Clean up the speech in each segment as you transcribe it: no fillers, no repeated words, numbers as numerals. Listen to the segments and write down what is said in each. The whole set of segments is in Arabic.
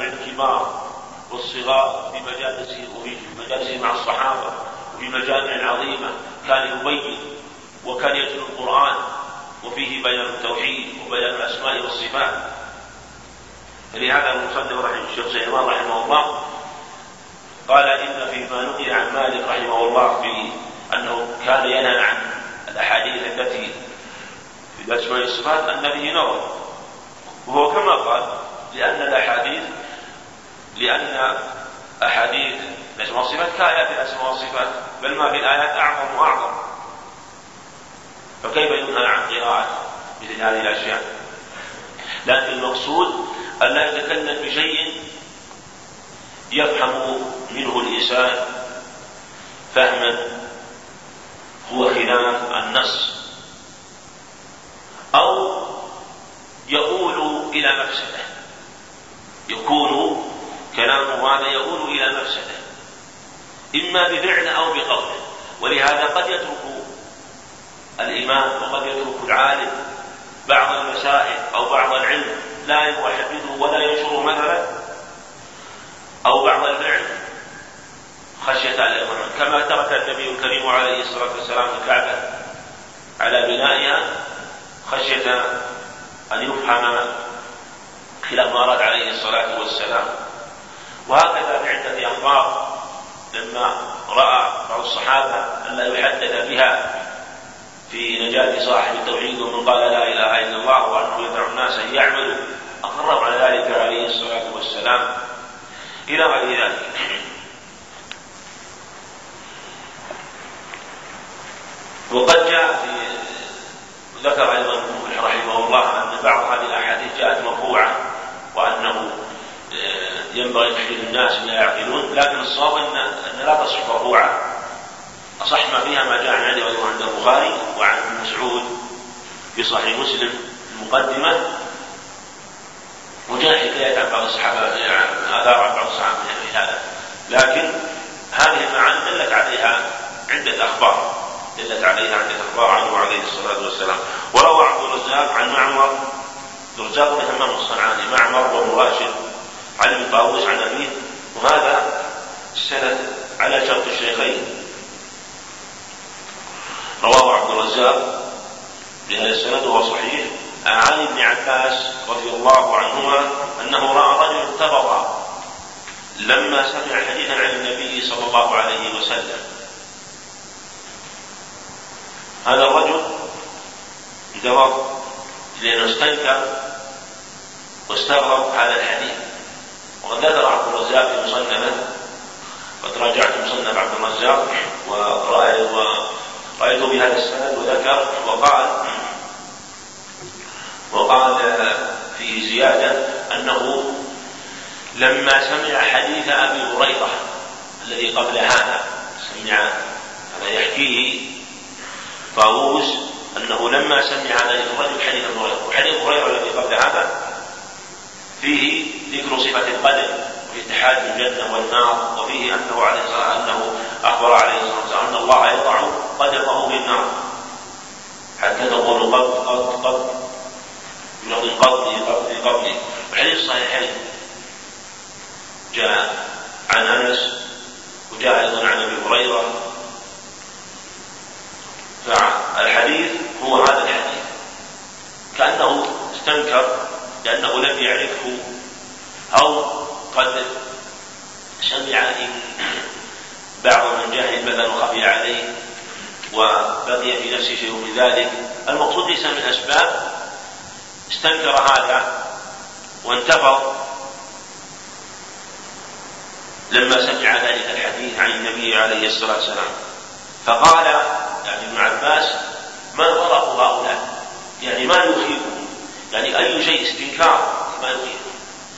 الكبار والصغار في مجالسه وفي مجالسه مع الصحابة وفي مجامع عظيمة كان يبين وكان يتلو القرآن وفيه بيان التوحيد وبيان الأسماء والصفات. فلهذا المصنف الشيخ سليمان رحمه الله قال إن فيما نقل عن مالك رحمه الله في أنه كان ينهى عن الأحاديث التي في الأسماء والصفات أن به نظر، وهو كما قال لأن أحاديث الأسماء والصفات كآيات الأسماء والصفات، بل ما في الآيات أعظم وأعظم، فكيف ينهى عن قراءة مثل هذه الأشياء؟ لكن المقصود أن لا يتكلم بشيء يفهم منه الإنسان فهما هو خلاف النص أو يؤول إلى مفسدة، يكون كلامه هذا يؤول إلى مفسدة إما بفعل أو بقول. ولهذا قد يترك الإمام وقد يترك العالم بعض المسائل أو بعض العلم لا يحدثه ولا ينشره مثلا، أو بعض الفعل خشية الإمام، كما ترك النبي الكريم عليه الصلاة والسلام الكعبة على بنائها خشية أن يفهم خلاف ما أراد عليه الصلاة والسلام. وهكذا في عدة أخبار لما رأى بعض الصحابة أن لا يحدث بها في نجاة صاحب التوحيد ومن قال لا إله إلا الله وأنه يدعو الناس أن يعملوا أقروا على ذلك عليه الصلاة والسلام إلى غير ذلك. وقد جاء ذكر أيضا رحمه الله أن بعض هذه الأحاديث جاءت مرفوعة وأنه ينبغي تحديث الناس لا يعقلون، لكن الصواب أن لا تصح مرفوعة، أصح ما فيها ما جاء عن علي وعند البخاري وعن مسعود في صحيح مسلم المقدمة، وجاء حكاية عن بعض الصحابة آثار عن بعض الصحابة في هذا، لكن هذه المعاني دلت عليها عدة أخبار عنه عليه الصلاة والسلام. وروى عبد الرزاق عن معمر، الرزاق بن همام الصنعاني، معمر وابن راشد عن ابن طاووس عن أبيه، وهذا السند على شرط الشيخين. رواه عبد الرزاق بهذا السند وهو صحيح عن ابن عباس رضي الله عنهما أنه رأى رجل اغتبط لما سمع حديثا عن النبي صلى الله عليه وسلم. هذا الرجل اغتبط لأنه استنكر واستغرب هذا الحديث. وقد ذكر عبد الرزاق في مصنفه، قد راجعت مصنف عبد الرزاق ورأيت بهذا السند وذكر وقال فيه زيادة أنه لما سمع حديث أبي هريرة الذي قبل هذا هذا يحكيه طاووس أنه لما سمع هذا الرجل حديث هريرة، وحديث هريرة الذي قبل هذا فيه ذكر صفة القدر وفي اتحاد الجنة والنار، وفيه أنه أخبر عليه الصلاة والسلام أن الله يضع قدمه في النار حتى تقول قد يلغي قبلي. الحديث الصحيحين جاء عن أنس وجاء أيضا عن أبي هريرة، فالحديث هو هذا الحديث كأنه استنكر لأنه لم يعرفه أو قد سمع بعض من جاهل مثلا خفي عليه وبقي في نفسه شيء من ذلك. المقصود ليس من أسباب استنكر هذا وانتفض لما سمع ذلك الحديث عن النبي عليه الصلاة والسلام، فقال يعني ابن عباس ما فرق هؤلاء، يعني ما يخيفهم، يعني أي شيء استنكار ما يخيفهم،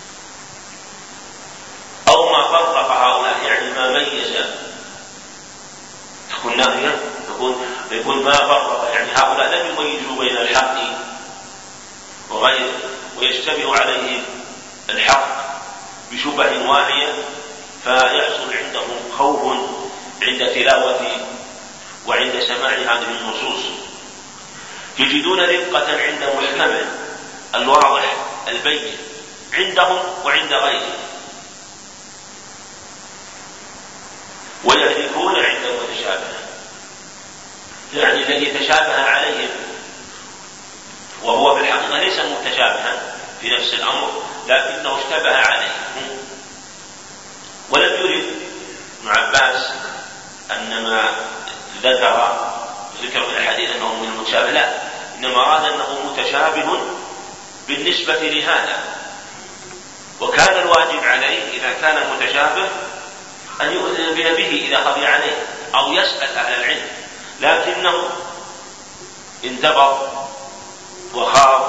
أو ما فرق هؤلاء يعني ما ميز، تكون ناهية يكون ما فرق، يعني هؤلاء لم يميزوا بين الحق وغيره ويشتبه عليهم الحق بشبه واهية، فيحصل عندهم خوف عند تلاوة وعند سماع هذه النصوص، يجدون رقة عند محكمه الواضح البين عندهم وعند غيره، ويهلكون عند المتشابه، يعني الذي تشابه عليهم وهو في الحقيقة ليس متشابها في نفس الأمر لكنه اشتبه عليهم. ولم يرد ابن عباس أن ما ذكر في الحديث أنه من المتشابه، لا، إنما أراد أنه متشابه بالنسبة لهذا، وكان الواجب عليه إذا كان متشابه أن يؤذن به إذا خفي عليه أو يسأل أهل العلم، لكنه انتظر وخاف،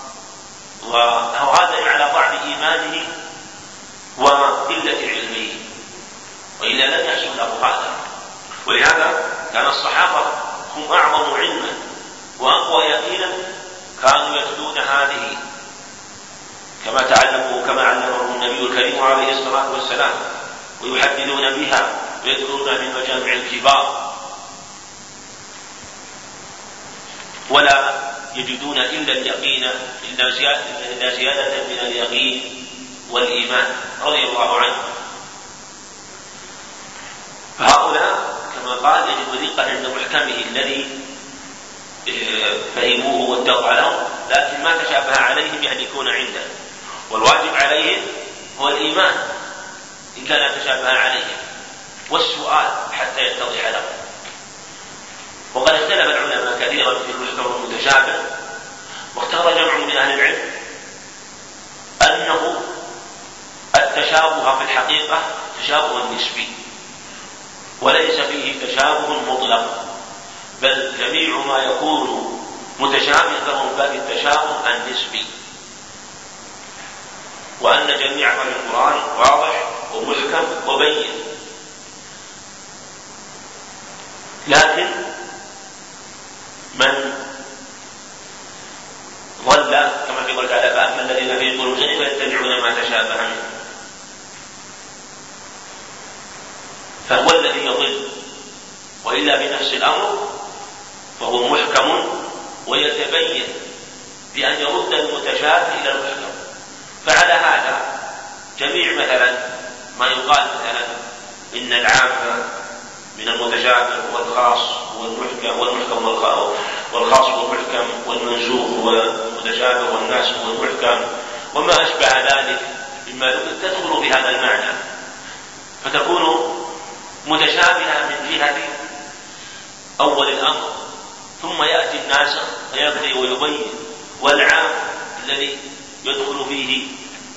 وهذا على ضعف إيمانه وقلة علمه، وإلا لم يحصل له هذا. ولهذا كان الصحابة هم أعظم علما وأقوى يقينا، كانوا يتلون هذه كما تعلموا كما علمهم النبي الكريم عليه الصلاة والسلام، ويحدثون بها ويذكرونها من مجامع الكبار، ولا يجدون إلا اليقين إلا زيادة من اليقين والإيمان رضي الله عنه. فهؤلاء كما قال يجب دقة عند محكمه الذي فهموه واتقوا عليهم، لكن ما تشابه عليهم يهلكون عنده، والواجب عليهم هو الإيمان إن كان تشابه عليهم، والسؤال حتى يتضح لهم. وقد اختلف العلماء كثيرا في المحكم المتشابه، واختار جمع من أهل العلم أنه التشابه في الحقيقة تشابه نسبي وليس فيه تشابه مطلق، بل جميع ما يكون متشابه من باب التشابه النسبي، وأن جميع ما في القرآن واضح ومحكم وبين. لكن من ضل كما في قوله تعالى فأما الذين في قلوبهم زيغ فيتبعون ما تشابه منه، فهو الذي يضل، وإلا بنفس الأمر فهو محكم ويتبين بأن يرد المتشابه إلى المحكم. فعلى هذا جميع مثلا ما يقال مثلا إن العام من المتشابه والخاص والمحكم والخاص والمحكم والمنسوخ والمتشابه والناسخ والمحكم وما أشبه ذلك مما تدخل في هذا المعنى، فتكون متشابهة من جهة أول الأمر، ثم يأتي الناسخ فيبدأ ويبين، والعام الذي يدخل فيه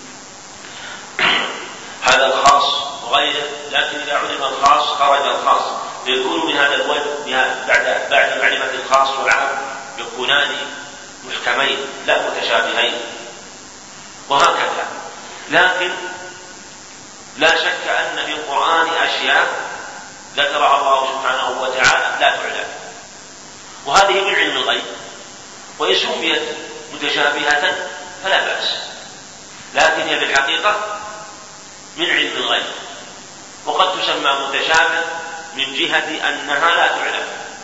هذا الخاص وغيره، لكن إذا علم الخاص خرج الخاص، فيكون من هذا الوجه بعد معرفة الخاص والعام يكونان محكمين لا متشابهين، وهكذا. لكن لا شك أن في القرآن أشياء ذكرها الله سبحانه وتعالى لا تعلم، وهذه من علم الغيب، وإن سميت متشابهة فلا بأس، لكن هي بالحقيقة من علم الغيب، وقد تسمى متشابه من جهة أنها لا تعلم،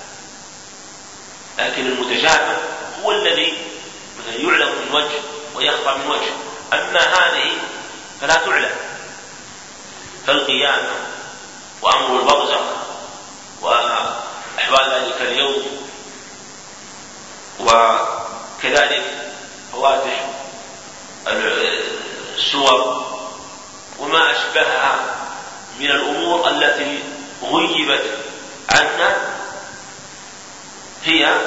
لكن المتشابه هو الذي يعلم من وجه ويخفى من وجه، أما هذه فلا تعلم. فالقيامة وأمر البرزخ وأحوال ذلك اليوم، وكذلك فواتح السور وما أشبهها من الأمور التي غيبت عنا، هي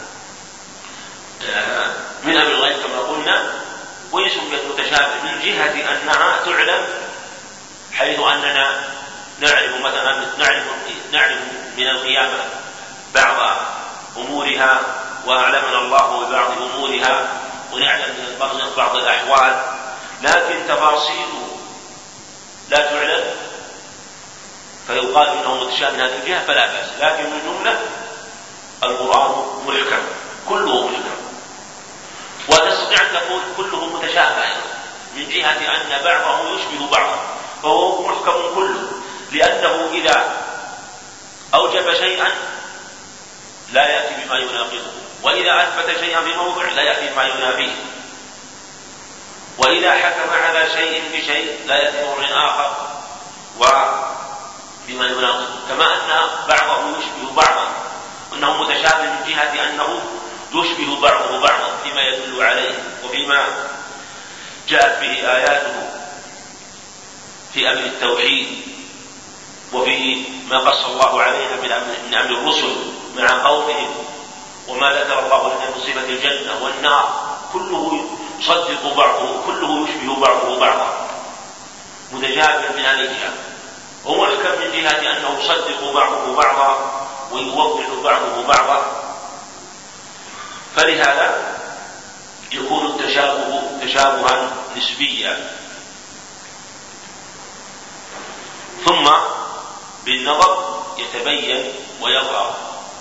من أمر الغيب كما قلنا، ويسميت متشابه من جهة أنها تعلم، حيث أننا نعرف مثلا نعرف من القيامة بعض أمورها، وأعلمنا الله ببعض أمورها، ونعلم من البرزخ بعض الأحوال، لكن تفاصيله لا تعلم، فيقال إنه متشابه من هذه الجهة فلا بأس. لكن من جملة القرآن محكم، كله محكم، وتستطيع أن تقول كله متشابه من جهة أن بعضه يشبه بعضا، فهو محكم كله، لأنه إذا أوجب شيئا لا يأتي بما يناقضه، وإذا أثبت شيئا في موضع لا يأتي بما ينافيه، وإذا حكم على شيء بشيء لا يأتي بموضع آخر. فيما يناقض، كما أن بعضه يشبه بعضا، وأنه متشابه من جهة أنه يشبه بعضه بعضا فيما يدل عليه وفيما جاءت به آياته في أمر التوحيد، وفي ما قص الله علينا من أمر الرسل مع قومهم، وما ذكر الله لنا من صفة الجنة والنار، كله يصدق بعضه، كله يشبه بعضه بعضا، متجابر من هذه الجهة، ومحكم من جهة أنه يصدق بعضه بعضا ويوضح بعضه بعضا. فلهذا يكون التشابه تشابها نسبيا. ثم بالنظر يتبين ويظهر.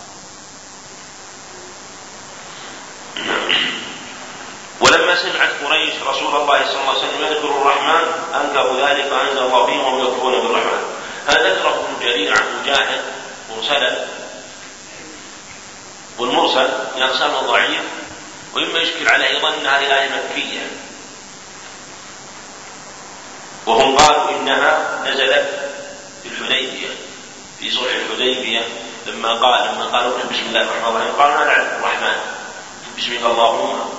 ولما سمعت قريش رسول الله صلى الله عليه وسلم يذكر الرحمن أنكروا ذلك فأنزل الله فيهم وهم يكفرون بالرحمن. هذا ذكره ابن جرير عن مجاهد مرسلا، والمرسل يقسم ضعيف، وإما يشكل على أيضا أن هذه الآية مكية، وهم قالوا إنها نزلت في الحديبية في صلح الحديبية لما قالوا بسم الله الرحمن الرحيم قالوا نعلم الرحمن بسمك اللهم.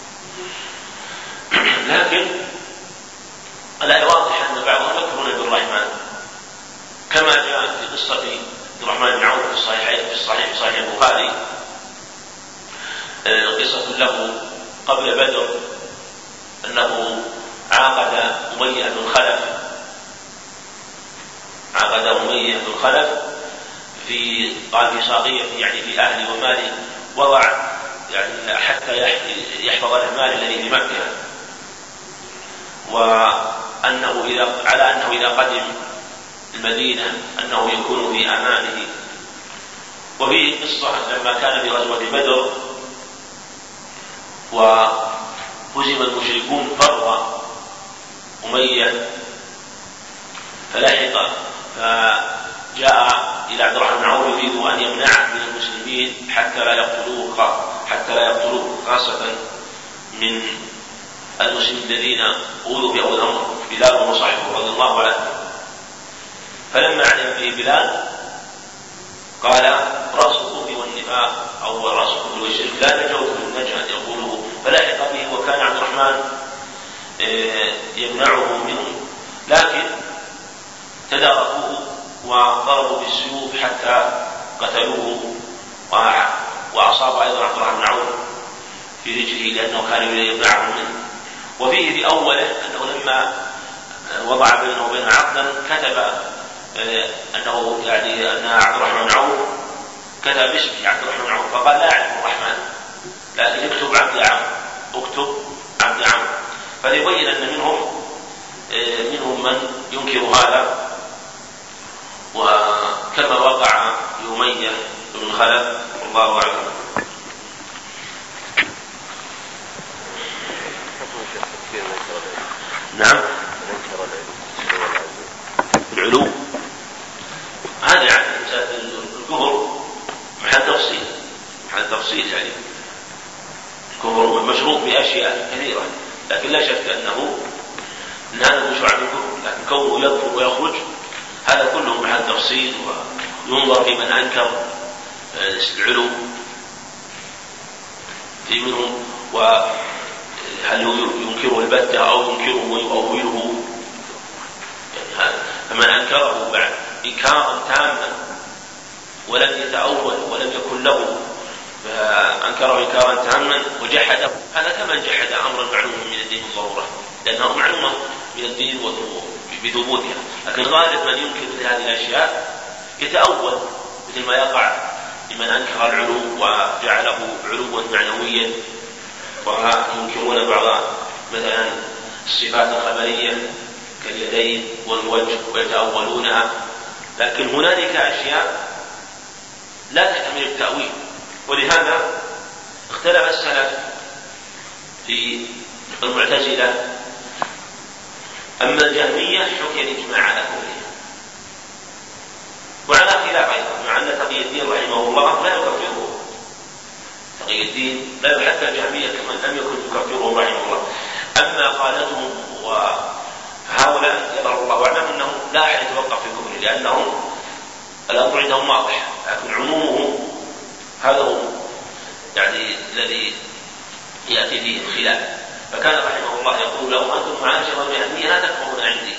لكن الآية واضحة أن بعضهم يكفرون بالرحمن، كما جاء في قصة عبد الرحمن بن عوف في صحيح البخاري، قصة له قبل بدر أنه عاقد أمية بن خلف في صاغية يعني في أهله وماله، وضع يعني حتى يحفظ له المال الذي في مكة، وأنه إذا قدم المدينة أنه يكون في أمانه. وفي قصة لما كان في غزوة بدر وهزم المشركون فر أمية فلحق، فجاء إلى عبد الرحمن بن عوف يريد أن يمنعه من المسلمين حتى لا يقتلوه خاصة من المسلمين الذين أوذوا في أول الأمر بلال وصحبه رضي الله عنه. فلما علم به بلال قال رأس الكفر والنفاق أو رأس الكفر والشرك لا نجوت من النجاة يقوله، فلحق به وكان عبد الرحمن يمنعه منه، لكن تداركوه وضربوا بالسيوف حتى قتلوه، وأصاب أيضا عبد الرحمن بن عوف في رجله لأنه كان يمنعه منه. وفيه في أوله أنه لما وضع بينه وبين عقدا كتب أنه يعني أن عبد الرحمن بن عوف كتب اسمه عبد الرحمن بن عوف، فقال لا أعرف الرحمن لكن اكتب عبد عمرو، فليبين أن منهم من ينكر هذا، وكما وقع لأمية بن خلف والله أعلم. نعم العلو هذا يعني الكفر محل تفصيل يعني الكفر مشروط بأشياء كثيرة، لكن لا شك أنه هذا مشروع بالكفر، لكن كونه يكفر ويخرج هذا كله محل تفصيل، وينظر في من أنكر العلو في منهم، وهل ينكره البتة أو ينكره ويؤوله، يعني فمن أنكره بعد إنكارا تاما ولم يتأول ولم يكن له، فأنكره إنكارا تاما وجحده، هذا كمن جحد أمرا معلوما من الدين بالضرورة، لأنه معلومة من الدين بثبوتها. لكن غالب من ينكر هذه الأشياء يتأول، مثل ما يقع لمن أنكر العلو وجعله علوا معنويا، وينكرون بعض مثلا الصفات الخبرية كاليدين والوجه ويتأولونها. لكن هنالك أشياء لا تحتمل التأويل، ولهذا اختلف السلف في المعتزلة. أما الجهمية حكي الإجماع على كفرها، وعلى خلاف أيضا، مع أن تقي الدين رحمه الله لا يكفره، تقي الدين لا حتى الجهمية كمان لم يكن يكفره رحمه الله. أما قالتهم فهؤلاء يظهر الله أعلم أنهم لا أحد يتوقف في الكفر، لأنهم الأمر عندهم واضح، لكن عمومه هذا هو يعني الذي يأتي فيه الخلاف. فكان رحمه الله يقول: لو أنتم معاشر الجهمية لا تكفرون عندي،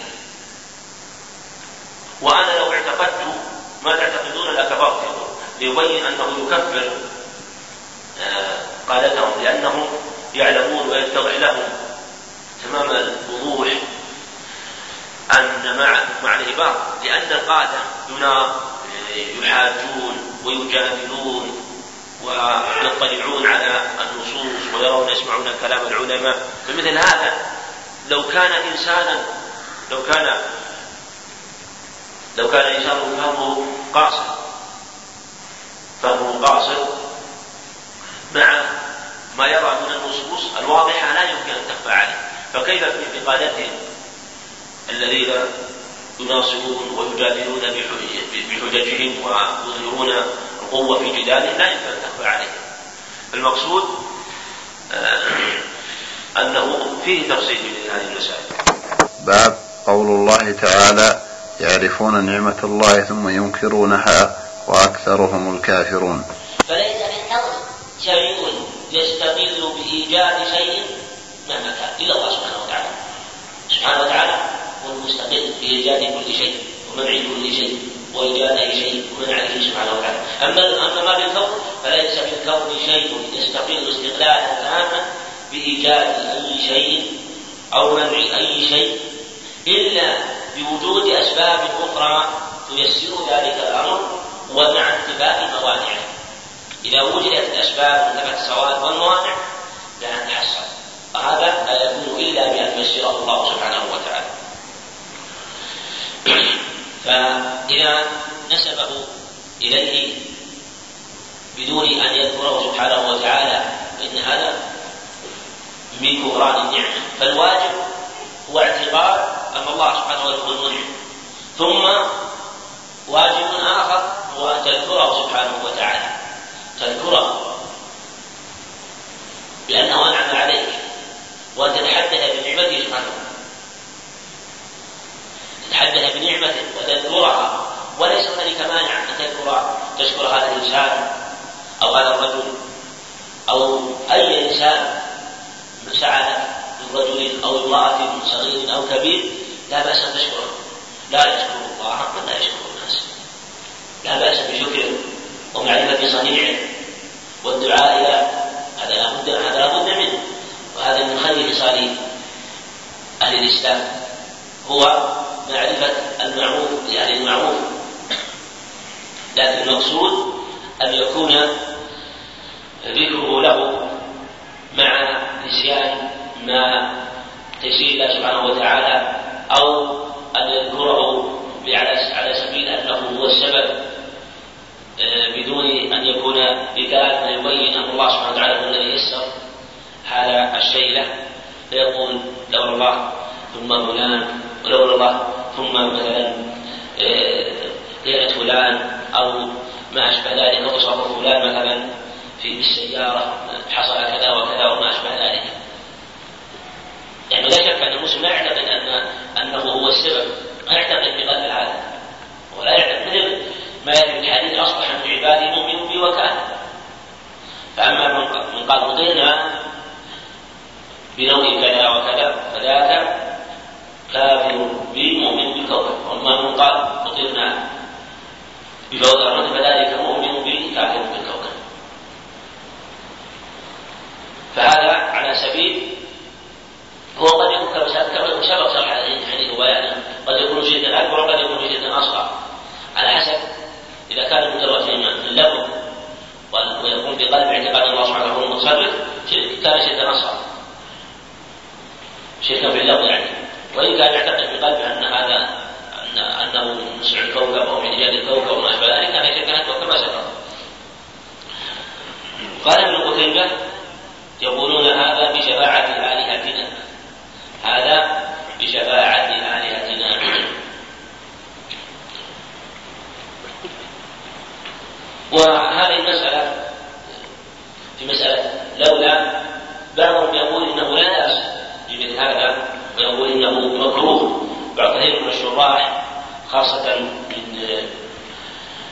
وأنا لو اعتقدت ما تعتقدون لكفرت، ليبين أنه يكفر قادتهم، لأنهم يعلمون ويتضح لهم تمام الوضوح أن مع العبارة، لأن القادة يحاجون ويجادلون ويطلعون على النصوص ويرون يسمعون كلام العلماء. فمثل هذا لو كان إنسانا فهمه قاصر مع ما يرى من النصوص الواضحة لا يمكن أن تخفى عليه، فكيف في قادتهم الذين يناصرون ويجادلون بحججهم ويظهرون القوة في جدالهم لا يمكن أن تخفى عليه. المقصود أنه فيه تفصيل من هذه المسائل. باب قول الله تعالى: يعرفون نعمة الله ثم ينكرونها وأكثرهم الكافرون. فليس في الكون شيء يستقل بإيجاد شيء مهما كان إلا الله سبحانه وتعالى. سبحانه وتعالى هو المستقل بإيجاد كل شيء ومنع كل شيء وإيجاد أي شيء ومنعه سبحانه وتعالى. أما ما بالكون فليس في الكون شيء يستقل استقلالا تاما بإيجاد أي شيء أو منع أي شيء إلا بوجود أسباب أخرى تيسر ذلك الأمر ومع انتفاء موانعه. إذا وجدت الأسباب وانتفت الصوارف والموانع لا نتحصل، وهذا لا يكون إلا بأن ييسره الله سبحانه وتعالى. فإذا نسبه إليه بدون أن يذكره سبحانه وتعالى فإن هذا من كفران النعمة. فالواجب هو اعتبار أن الله سبحانه وتعالى هو المنعم، ثم واجب آخر هو أن تذكره سبحانه وتعالى، تذكره بأنه أنعم عليك، وأن تتحدث بنعمته سبحانه، تتحدث بنعمته وتذكرها، وليس هنالك مانع أن تذكر هذا الإنسان أو هذا الرجل أو أي إنسان سعى من رجل أو امرأة صغير أو كبير، لا بأس أن تشكره. لا يشكر الله من لا يشكر الناس، لا بأس بشكره ومعرفة صنيعه والدعاء له، هذا لا بد منه، وهذا من خير خصال أهل الإسلام هو معرفة المعروف لأهل المعروف. لكن المقصود أن يكون ذكره له مع نسيان ما تيسير الله سبحانه وتعالى، أو أن يذكره على سبيل أنه هو السبب بدون أن يكون بذلك ما يبين أن الله سبحانه وتعالى هو الذي يسر هذا الشيء له، فيقول لولا الله ثم فلان، ولولا الله ثم مثلا ليلة فلان أو ما أشبه ذلك، أو تصرف فلان مثلا في السيارة حصل كذا وكذا وما أشبه ذلك. يعني لا شك أن المسلم لا يعتقد أنه هو السبب، لا يعتقد بقلب هذا، ولا يعتقد مثل ما يأتي الحديث: أصبح من عبادي مؤمن بي وكافر. فأما من قال رضينا بنوع كذا وكذا فذاك كافر بي مؤمن بالكوكب، وأما من قال رضينا بفوز الرد فذلك مؤمن بي كافر بالكوكب. فهذا على سبيل هو قد يكون كما سبق شرح الحديث وبيانه، قد يكون شيئا أكبر وقد يكون شيئا أصغر، على حسب إذا كان مجرد اللفظ ويكون بقلب اعتقاد الله سبحانه هو المتصرف كان شيئا أصغر، شيئا في اللفظ يعني. وإن كان يعتقد بقلبه أن هذا أنه من نسع الكوكب أو من إيجاد الكوكب وما أشبه ذلك كان شيئا أكبر كما سبق. قال ابن قتيبة: يقولون هذا بشفاعة آلهتنا، هذا بشفاعة آلهتنا. وهذه المسألة في مسألة لولا، بعضهم يقول إنه لا بأس بمثل هذا ويقول إنه مكروه. بعض كثير من الشراح خاصة من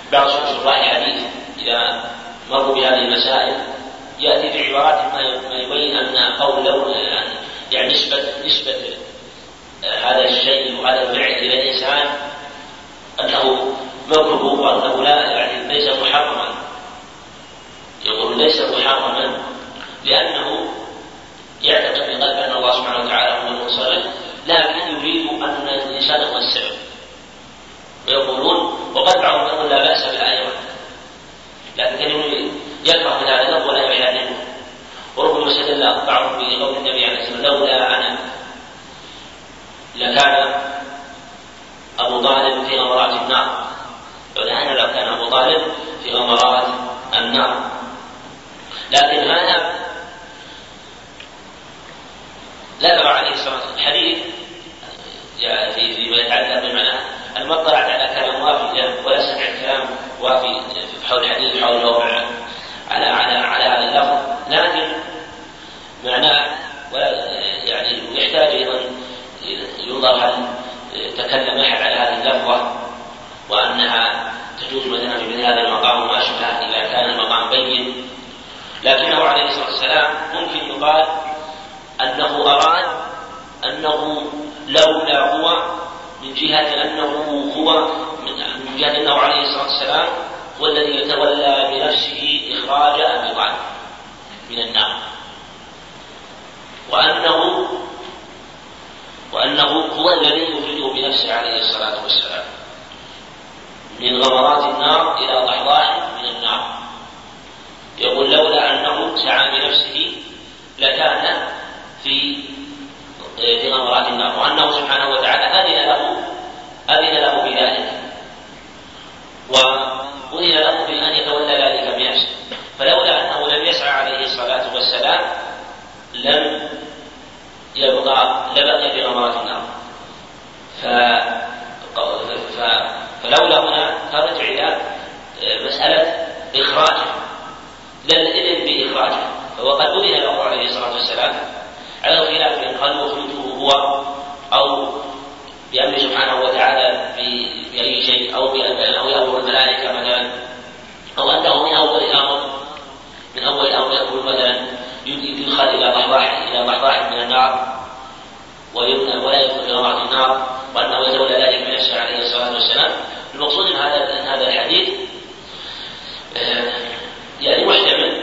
بعض شراح الحديث إذا مروا بهذه المسائل يأتي بعبارات ما يبين أن قول لو يعني نسبة هذا الشيء وهذا الفعل إلى الإنسان أنه مكروه وأنه لا يعني ليس محرما. يقول ليس محرما لأنه يعتقد في قلبه أن الله سبحانه وتعالى هو المصرف، لكن يريد أن الإنسان هو السبب. ويقولون وقد بعضهم يقول لا بأس بالآية، لكن كانوا يكره من هذا اللفظ ولا يحلله. وربما استدل بعضهم بقول النبي عليه الصلاة والسلام لولا أنا لكان أبو طالب في غمرات النار، لولا أنا لكان أبو طالب في غمرات النار. لكن هذا لا ترى عليه الصلاة والسلام الحديث فيما يتعلق بمعنى أن ما اطلعت على كلام وافي ولا سمعت كلام وافي حول الحديث حول الوضع على هذا اللفظ، لكن معناه يعني يحتاج أيضا ينظر هل تكلم أحد على هذه اللفظة وأنها تجوز مثلا في مثل هذا المقام وما أشبهه إذا كان المقام بين. لكنه عليه الصلاة والسلام ممكن يقال أنه أراد أنه لولا هو من جهة أنه عليه الصلاة والسلام هو الذي يتولى بنفسه إخراج أبي طالب من النار، وأنه هو الذي يخرجه بنفسه عليه الصلاة والسلام من غمرات النار إلى ضحضاح من النار. يقول لولا أنه سعى بنفسه لكان في غمرات النار، وأنه سبحانه وتعالى أذن له بذلك وأذن له بأن يتولى ذلك بنفسه. فلولا أنه لم يسعى عليه الصلاة والسلام لم لبقي في غمرات النار. فلولا هنا ترجع إلى مسألة إخراجه لا الإذن بإخراجه، فهو قد أذن له عليه الصلاة والسلام على الخلاف بأن قد يخرجه هو أو بأمر سبحانه وتعالى بأي شيء أو يأمر الملائكة مثلا، أو أنه من أول الأمر يقول مثلا يدخل إلى ضحضاح من النار ولا يدخل في غمرة النار، وأنه يتولى ذلك بنفسه عليه الصلاة والسلام. المقصود أن هذا الحديث يعني محتمل،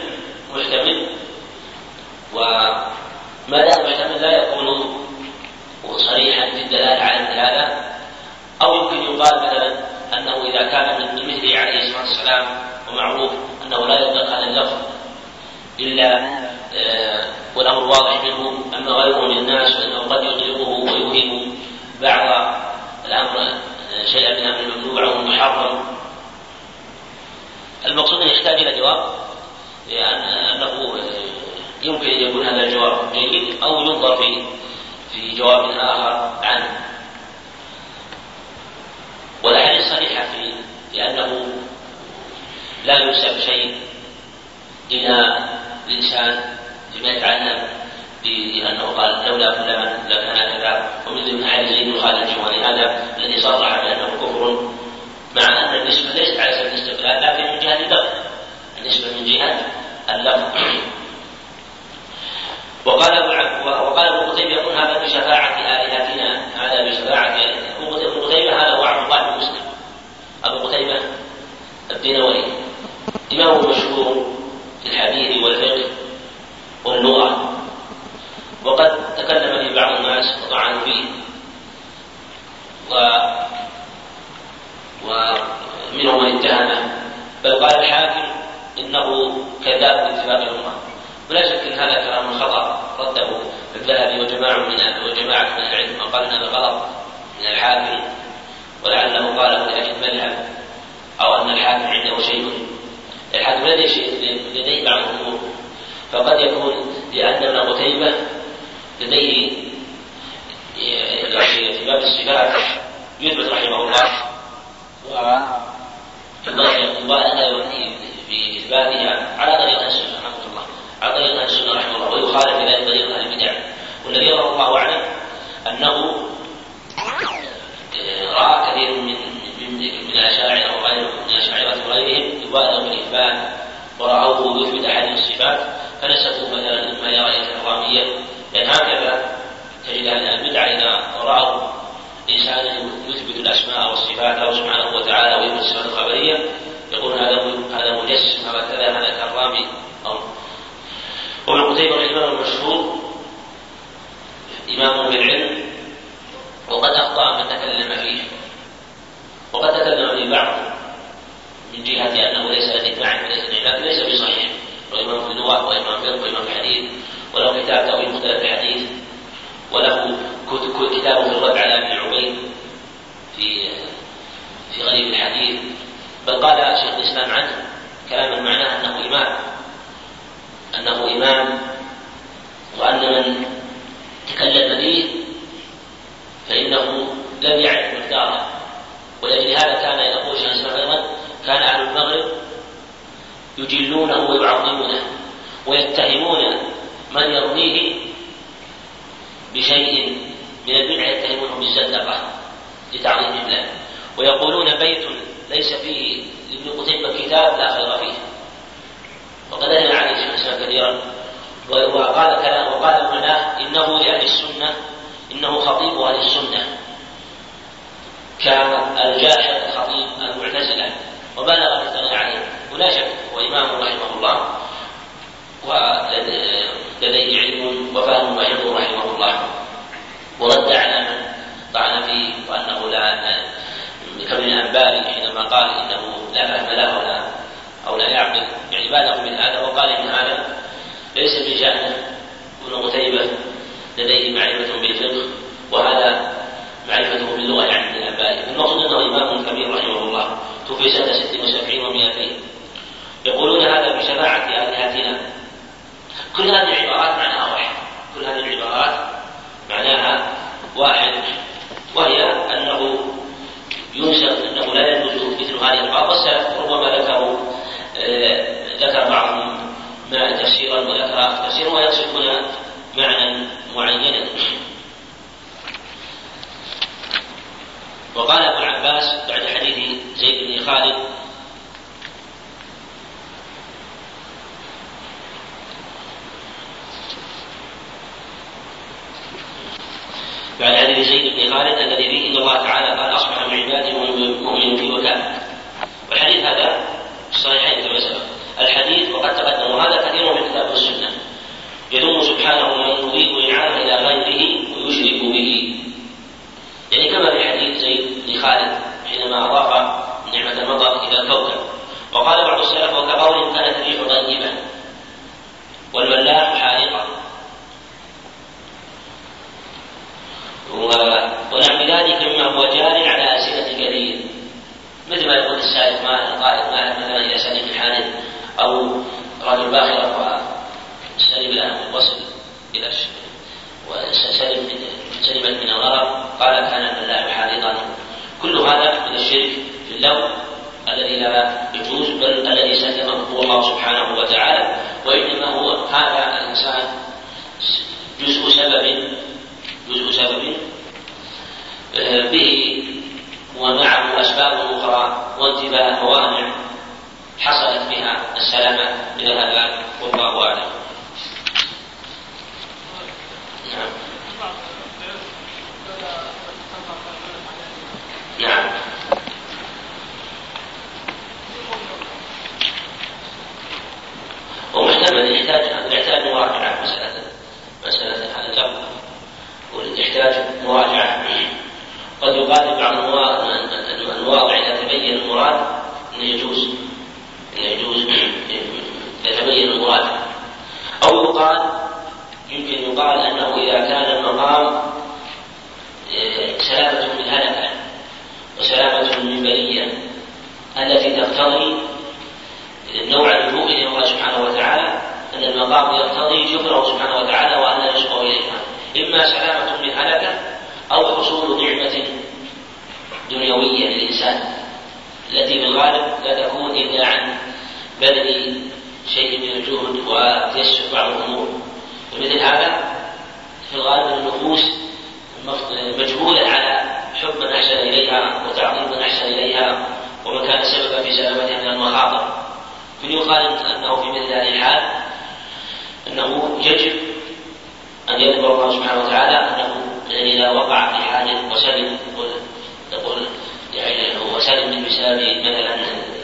وما دام محتمل لا يكون صريحا في الدلالة على مثل هذا. أو يمكن يقال مثلا أنه إذا كان من مثله عليه الصلاة والسلام ومعروف أنه لا يطلق هذا اللفظ إلا والأمر واضح منه، أما غيره من الناس فإنه قد يطلقه ويوهم بعض الأمر شيئا من أمر الممنوع أو المحرم. المقصود أن يحتاج إلى جواب، لأنه يمكن أن يكون هذا الجواب جيد أو ينظر في جواب آخر عنه. والأحاديث صريحة في أنه لا ينسب شيء إلى الإنسان فيما يتعلق بأنه قال لولا فلان لكان كذا، ومثل من حديث زيد بن خالد الجهني هذا الذي صرح بأنه كفر، مع أن النسبة ليست على سبيل الاستقلال لكن من جهة اللفظ، النسبة من جهة اللفظ. وقال ابن قتيبة يقول هذا بشفاعة آلهتنا، هذا بشفاعة آلهتنا. ابن قتيبة هذا هو عبد الله بن مسلم أبو قتيبة الدينوري، إمام مشهور في الحديث والفقه واللغة، وقد تكلم به بعض الناس وطعنوا فيه، ومنهم من اتهمه، بل قال الحاكم إنه كذاب باتفاق الأمة. ولا شك أن هذا كلام خطأ رده الذهبي وجماعة من العلم، وقال أن هذا غلط من الحاكم، ولعله قاله لأجل مذهب أو أن الحاكم عنده شيء، الحاكم لديه بعض الأمور، فقد يكون لأن ابن قتيبة لديه في باب الصفات يثبت رحمه الله ولا في إثباتها على طريقة السنة رحمه الله، على طريقة السنة رحمه الله، ويخالف ذلك طريقة البدع. والذي يرى الله أعلم أنه رأى كثير من الأشاعرة وغيرهم من الأشاعرة غيرهم يبالغ في الإثبات ورأوه يثبت أحد الصفات فنسبوا مثلا إما إلى غاية الكرامية، لأن هكذا تجد أهل البدع إذا رأوا إنسانا يثبت الأسماء والصفات له سبحانه وتعالى ويثبت الصفات الخبرية يقولون هذا مجسم هذا كذا هذا كرامي. وابن قتيبة الإمام المشهور إمام بالعلم وقد أخطأ من تكلم فيه، وقد تكلم فيه بعض من جهة أنه ليس للإجماع وليس للعباد ليس بصحيح، وإمام في اللغة وإمام في الفقه وإمام في الحديث، وله كتاب تأويل مختلف الحديث، وله كتاب في الرد على ابن عبيد في غريب الحديث، بل قال شيخ الإسلام عنه كلاما معناه أنه إمام وأن من تكلم به فإنه لم يعرف مقداره. ولأجل هذا كان يقول شيخ الإسلام أيضا كان أهل المغرب يجلونه ويعظمونه ويتهمون من يرميه بشيء من البدع يتهمونه بالزندقة لتعظيم الله، ويقولون بيت ليس فيه لابن قتيبة كتاب لا خير فيه. وقد أدل عليه شيخ الإسلام كثيرا وقال كلام وقال معناه إنه لأهل السنة إنه خطيب أهل السنة كالجاحظ خطيب المعتزلة وبلغ في الثناء عليه، ولا شك وإمام رحمه الله ولديه علم وفهم وعلم رحمه الله، ورد على من طعن فيه وأنه لا كابن الأنباري حينما قال إنه لا فهم له أو لا يعقل يعني بالغ من هذا، وقال إن هذا ليس بشأنه ابن قتيبة لديه معرفة بالفقه وهذا معرفته باللغة يعني ابن الأنباري. المقصود أنه إمام كبير رحمه الله توفي سنة 76 و200. يقولون هذا بشفاعة آلهتنا. كل هذه العبارات معناها واحد، كل هذه العبارات معناها واحد، وهي أنه ينسب أنه لا يجوز مثل هذه الألفاظ. والسلف ربما ذكر بعضهم تفسيرا وذكر تفسيرا ويقصد هنا معنى معينا. وقال أبو العباس بعد حديث زيد بن خالد بعد حديث زيد بن خالد الذي فيه إن الله تعالى قال أصبح من عبادي مؤمن في وكافر. والحديث هذا الصحيحين كما سبق الحديث وقد تقدم، وهذا كثير من كتاب السنة يذم سبحانه من يضيف إنعامه إلى غيره ويشرك به، يعني كما في حديث زيد بن خالد حينما أضاف نعمة المطر إلى الكوكب. وقال بعض السلف وكقولهم كانت الريح طيبة والملاح حارقا، ونحو ذلك مما هو جار على ألسنة كثير، مثل ما يقول السائق ماء القائد ماء مثلا إلى سليم الحانث أو رجل باخرة وسلم له الوصل إلى سلمت من الغرق قال كان الملاح حارقا. كل هذا من الشرك في اللون الذي لا يجوز، بل الذي سلمه هو الله سبحانه وتعالى، وإنما هو هذا الإنسان جزء سبب به ومعه أسباب أخرى وانتباه موانع حصلت بها السلامة إلى هذا والله أعلم. نعم. نعم. ومحتمل يحتاج مراجعة مسألة هذا الأمر ويحتاج مراجعة. قد يقال بعض الواضع إذا تبين المراد أن يجوز يتبين المراد، أو يمكن يقال أنه إذا كان المقام سلامة من هلكة وسلامة من بلية التي تقتضي نوع اللجوء إلى الله سبحانه وتعالى، أن المقام يقتضي شكره سبحانه وتعالى وأن لا يشكر إليها، إما سلامة من هلكة أو حصول نعمة دنيوية للإنسان التي بالغالب لا تكون إلا عن بذل شيء من الجهد وتيسر بعض الأمور. ومثل هذا في الغالب النفوس مجبولة على حب من أحسن إليها وتعظيم من أحسن إليها ومكانة سبب في سلامته من المخاطر. فيقال أنه في مثل هذه الحال أنه يجب أن يذكر الله سبحانه وتعالى أنه إذا وقع في حاجة وسلم يقول يعني وسلم من بسبب مثلا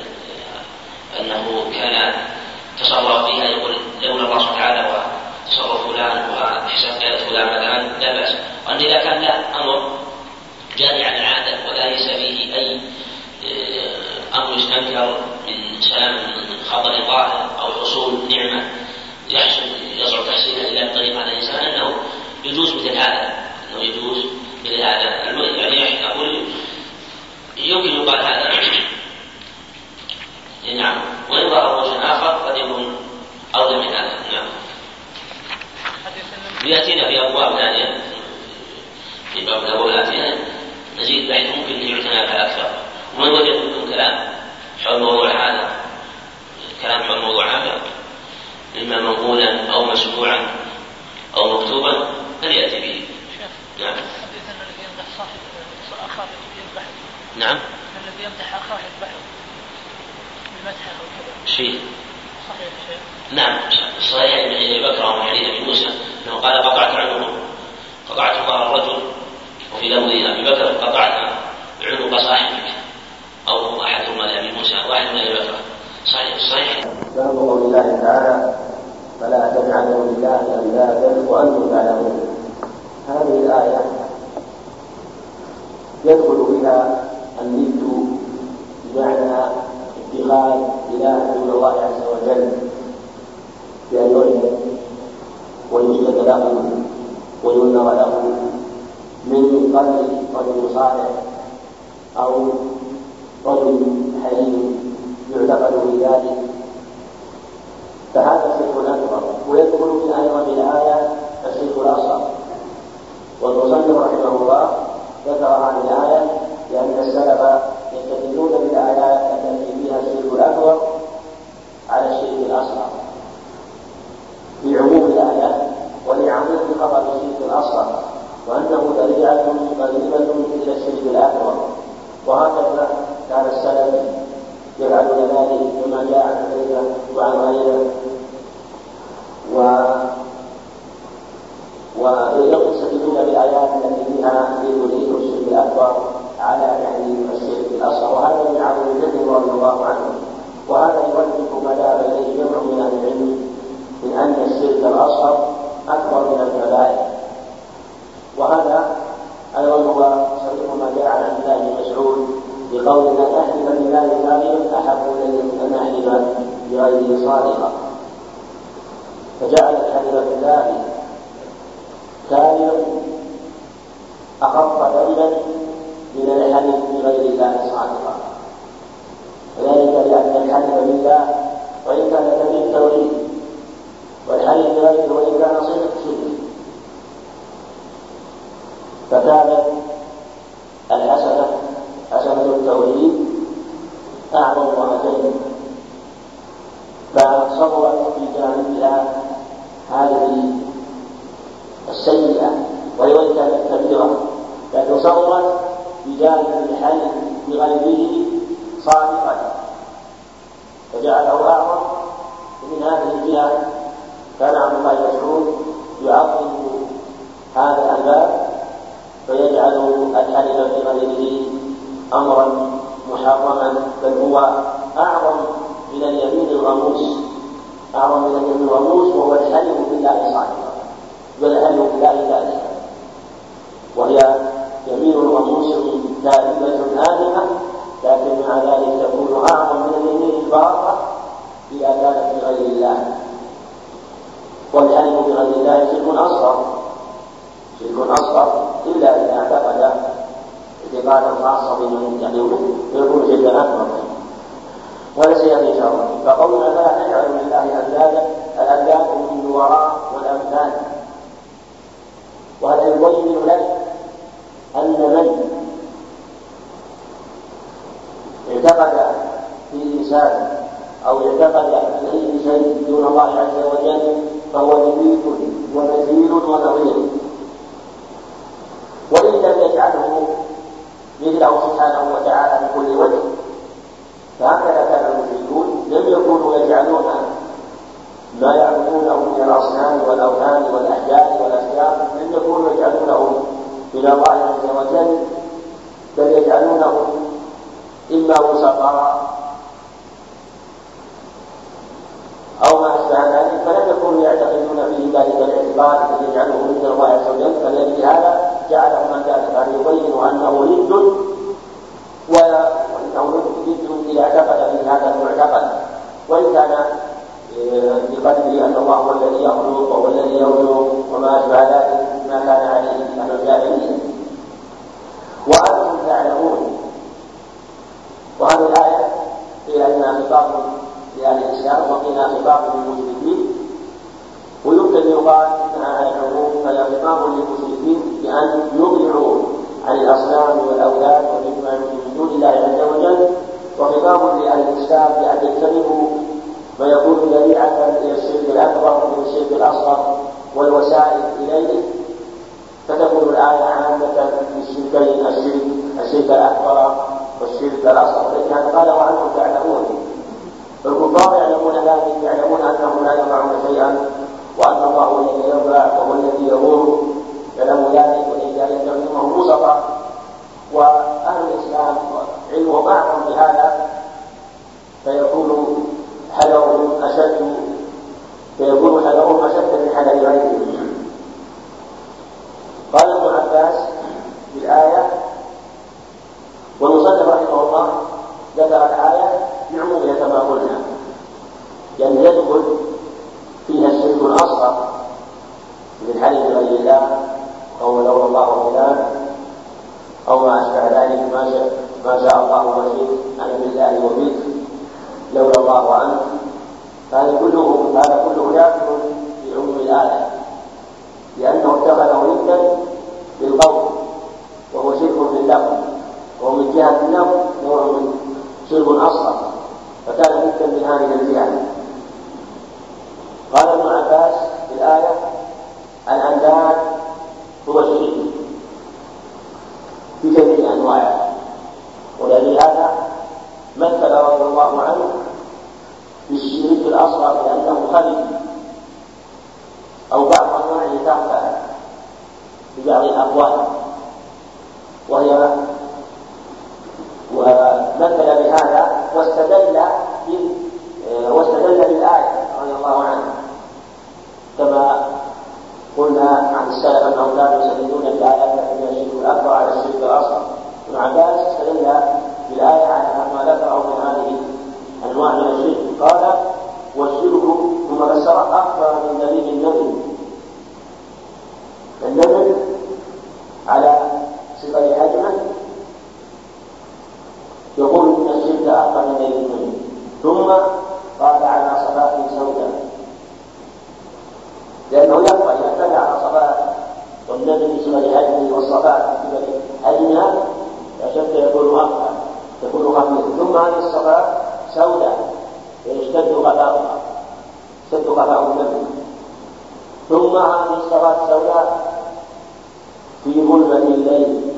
أنه كان تصرف فيها، يقول لولا الله سبحانه وتعالى وتصرف فلان وإحساس قيادة فلان مثلا لا بأس. وأن إذا كان له أمر جاري عن العادة ولا ليس فيه أي أمر يستنكر من سلام من خطر ظاهر أو حصول نعمة يصعب تحصيلها إلا بطريق على الإنسان، أنه يجوز مثل هذا، أنه يجوز مثل هذا. يعني أقول يمكن يقال هذا نعم، وإن ظهر وجه آخر قد يكون أولى من هذا. نعم. يأتينا في أبواب ثانية في باب الأبواب الآتية نزيد بحيث ممكن أن يعتنى بها أكثر. ومن وجد منكم كلام حول موضوع هذا، كلام حول موضوع هذا إما منقولا أو مسموعا أو مكتوبا فليأتي به. نعم. نعم. الذي يمدح أخاه يذبحه بمدحه وكذا شيء صحيح شيء. نعم صحيح. من أبي بكر ومن حديث أبي موسى أنه قال قطعت ظهر الرجل، وفي لفظ أبي بكر قطعت عنق صاحبك، أو أحدهما لأبي موسى واحد من أبي بكر. صحيح. باب قول الله تعالى فلا تجعلوا لله أندادا وأنتم تعلمون. هذه الآية يدخل بها الند بمعنى اتخاذ إله دون الله عز وجل بأن يعبد ويسجد له وينذر له من قلب رجل صالح أو رجل حليم يعتقد بذلك، فهذا الشرك الأكبر. ويدخل في أيضا بالآية الشرك الأصغر. والمصنف رحمه الله ذكر هذه الآية لأن السلف يستدلون بالآيات التي فيها الشرك الأكبر على الشرك الأصغر لعموم الآية ولعموم خطر الشرك الأصغر، وأنه ذريعة قريبة إلى الشرك الأكبر. وهكذا كان السلف يفعلون ذلك كما جاء عن حذيفة وعن غيره. ويستدلون بالآيات التي فيها ذكر الشرك الأكبر على يعني الشرك الأصغر، وهذا من عظيم النبي رضي الله عنه. وهذا يوجه ما ذهب إليه جمع من أهل العلم من أن الشرك الأصغر أكبر من الكبائر. وهذا أيضا هو صحيح ما جاء عن عبد الله بن مسعود بقولنا نحلف بالله كاذبا أحب إليه أن نحلف بغيره صادقا، فجعل الحلف بالله كاذبا أخف ذنبا من الحلف بغير الله صادقا. وذلك لأن الحلف بالله وإن كان كبير التوحيد والحلف بغيره وإن كان صدق شرك، فكانت حسنة التوحيد أعظم وأجل، فصبرت في جانبها هذه السيئة وإن كانت كبيرة، لكن صبرت بجانب الحلف بغيره صادقا فجعله أعظم. ومن هذه الجهة كان عبد الله بن مسعود يعظم هذا الباب فيجعل الحلف بغيره أمرا محرما، بل هو أعظم من اليمين الغموس، وهو الحلف بالله صادقا والحلف بالله ذلك، وهي يمين غموس كاذبة آثمة، لكن مع ذلك تكون أعظم من اليمين الباطلة إذا كانت بغير الله. والحلف بغير الله شرك أصغر إلا إذا اعتقد اعتقادا خاصا بمن يعلمه فيكون شركا أكبر، ولسيأتي إن شاء الله. فقولنا فلا تجعلوا لله أندادا، الأنداد من الوراء والأمثال. وهذا يبين لك أن من اعتقد في إنسان أو اعتقد في أي شيء دون الله عز وجل فهو نبيل ونذير ونظير، وإن لم يجعله مثله سبحانه وتعالى بكل وجه لم يكونوا يجعلون ما يعبدونه من الأصنام والأوثان والأحجار والأشجار لم يكونوا يجعلونه من الله عز وجل، بل يجعلونه إما وسطاء أو ما أشبه ذلك، فلم يكونوا يعتقدون فيه ذلك الاعتقاد الذي يجعله من الله عز وجل، فلهذا جعله مكانه يبين أنه ند وأنه ند إذا اعتقد في هذا المعتقد، وإن كان بقدر أن الله هو الذي يخلق وهو الذي يرزق وما أشبه ذلك ما كان عليه أهل الجاهلية. وأنتم تعلمون، وهذه الآية قيل أنها خطاب لأهل الإسلام وقيل خطاب للمشركين، ويمكن يقال أنها على العموم فهي خطاب للمشركين بأن يضيعوا عن الأصنام والأولاد ومما من دون الله عز وجل، وخطاب لأهل الإسلام بأن يجتنبوا ما يكون ذريعة إلى الشرك الأكبر من الشرك الأصغر والوسائل إليه، فتكون الآية عامة في الشركين، الشرك الأكبر والشرك الأصغر. لكن قال وأنتم تعلمون، فالكفار يعلمون ذلك، يعلمون أنهم لا ينفعون شيئا وأن الله هو الذي ينفع وهو الذي يضر، يعلمون ذلك ولذلك يعلمهم وسطا. وأهل الإسلام علمهم أعظم بهذا، فيكون حذرهم أشد من حذر غيرهم. قال ابن عباس في الآية، والمصنف رحمه الله ذكر الآية بعمومها كما قلنا، لأن يدخل فيها الشرك الأصغر من حلف غير الله أو لولا الله فلان أو ما أشبه ذلك، ما شاء الله وشئت أنا بالله وبك لولا الله وأنت، هذا كله داخل في عموم الآية، لأنه اتخذه ندا بالقول وهو شرك باللفظ، ومن جهة اللفظ نوع من شرك أصغر، فكان ندا من هذه الجهة. قال ابن عباس في الآية الأنداد هو الشرك بجميع أنواعه، ولهذا مثل رضي الله عنه بالشرك الأصغر لأنه خلق أو بعض أنواعه تحت ببعض الأقوال، ومثل بهذا واستدل بالآية رضي الله عنه، كما قلنا عن السلف أنهم كانوا يستدلون بالآية من الشرك الأكبر على الشرك الأصغر. ابن عباس استدل بالآية على ما ذكره من هذه أنواع من الشرك، قال والشرك ثم فسر أكبر من دليل النمل على صفة حجمه، يقول إن الشرك أكبر من دليل النمل، ثم قال على صفات سوداء، لأنه يقبل إذا كان على صفات والنمل بصفة حجمه والصفات بصفة حجمها لا شك يكون أكبر، تكون خفيفة. ثم هذه الصفات سوداء يشتد غباء النمل، ثم هذه الصفات سوداء في ظلمة الليل،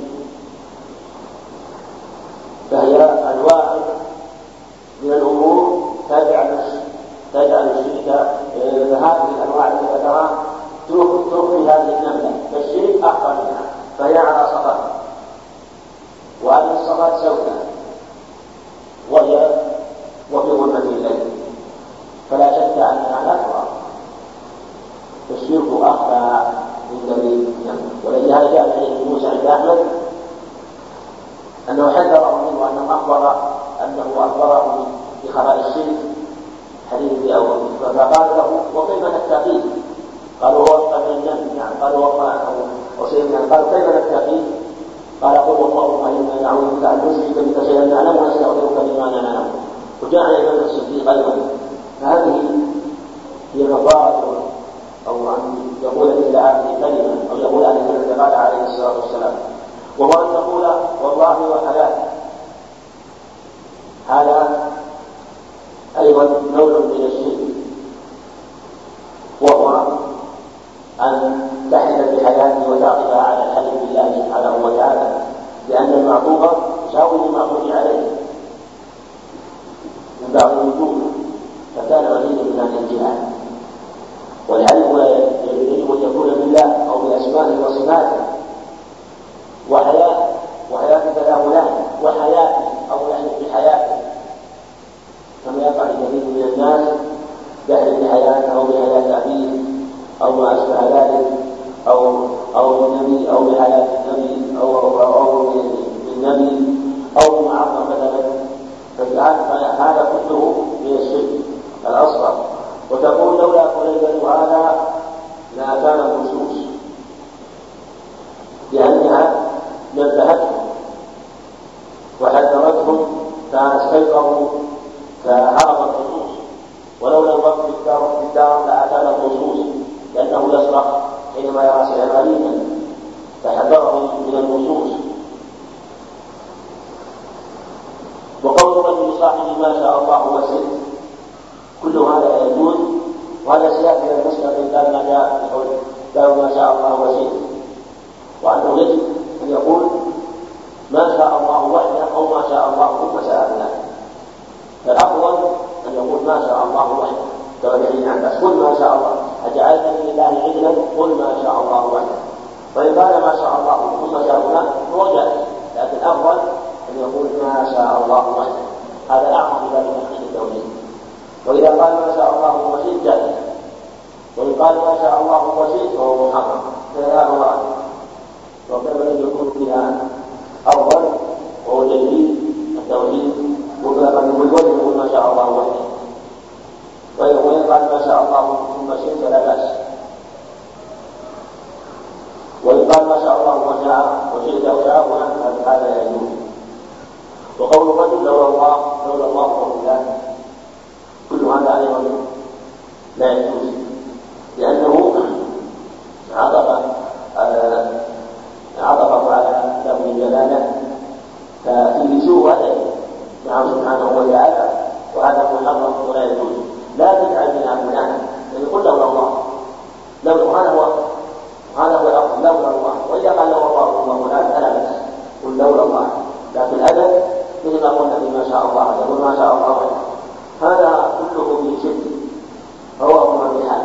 فهي أنواع من الأمور تجعل الشرك، هذه الأنواع التي ذكرها تخفي هذه النملة، فالشرك أخفى منها فهي على صفات، وهذه الصفات سوداء وهي وفي ظلمة الليل، فلا شك أنها أكبر، فالشرك أخفى من دليل النمل. ولهذا جاء حديث موسى عند أحمد أنه حذره منه أنه أخبره بخبر الشرك حديث الأول، فقال له وكيف نتقيه؟ قالوا هو أكبر من النمل، يعني قالوا قالوا كيف نتقيه؟ قال قل اللهم إنا نعوذ بك أن نشرك بك شيئا نعلم ونستغفرك لما لا نعلم. وجاء الإمام الصديق أيضا، فهذه هي مضاعف أو أن يقول مثل هذه الكلمة أو يقول هذه الكلمة قال عليه الصلاة والسلام، وهو أن تقول والله وحلال، هذا أيضا نوع من الشرك، وهو أن تحلف بحياته وتعقدها على الحلف بالله سبحانه وتعالى، لأن المعقوبة يساوي المعقود عليه من بعض الوجوه، لصاحب ما شاء الله وشئت، كل هذا يجوز، وهذا سيأتي إلى المسلم باب ما جاء في قول باب ما شاء الله وشئت، وأنه يجب أن يقول ما شاء الله وحده أو ما شاء الله ثم سألنا. فالأفضل أن يقول ما شاء الله وحده، كما في عباس قل ما شاء الله أجعلتني لله عدلا قل ما شاء الله وحده. وإن قال ما شاء الله ثم سألنا هو جائز، لكن الأفضل أن يقول ما شاء الله وحده، هذا أعظم في باب تحقيق التوحيد. وإذا قال ما شاء الله وشئت جائز، وإن قال ما شاء الله وشئت فهو محرم. هذا هو وكما يكون فيها أفضل وهو دليل التوحيد، وكما يقول يقول ما شاء الله وحده. وإن قال ما شاء الله ثم شئت فلا بأس. وإن قال ما شاء الله وشئت أو شاء هذا يجوز. وقول الرجل لولا الله فهو كل هذا أيضا لا يجوز، لأنه عطف على لفظ الجلالة ففيه سوء أدب معه سبحانه وتعالى، وهذا محرم ولا يجوز. لا تجعل منها فلانا، يعني قل لولا الله، هذا هو الأفضل لولا الله. وإذا قال لولا الله ثم فلا بأس، قل لولا الله، لكن الأدب مثل ما قلنا بما شاء الله يقول ما شاء الله وحده، هذا كله في شرك فهو أمر بحاله،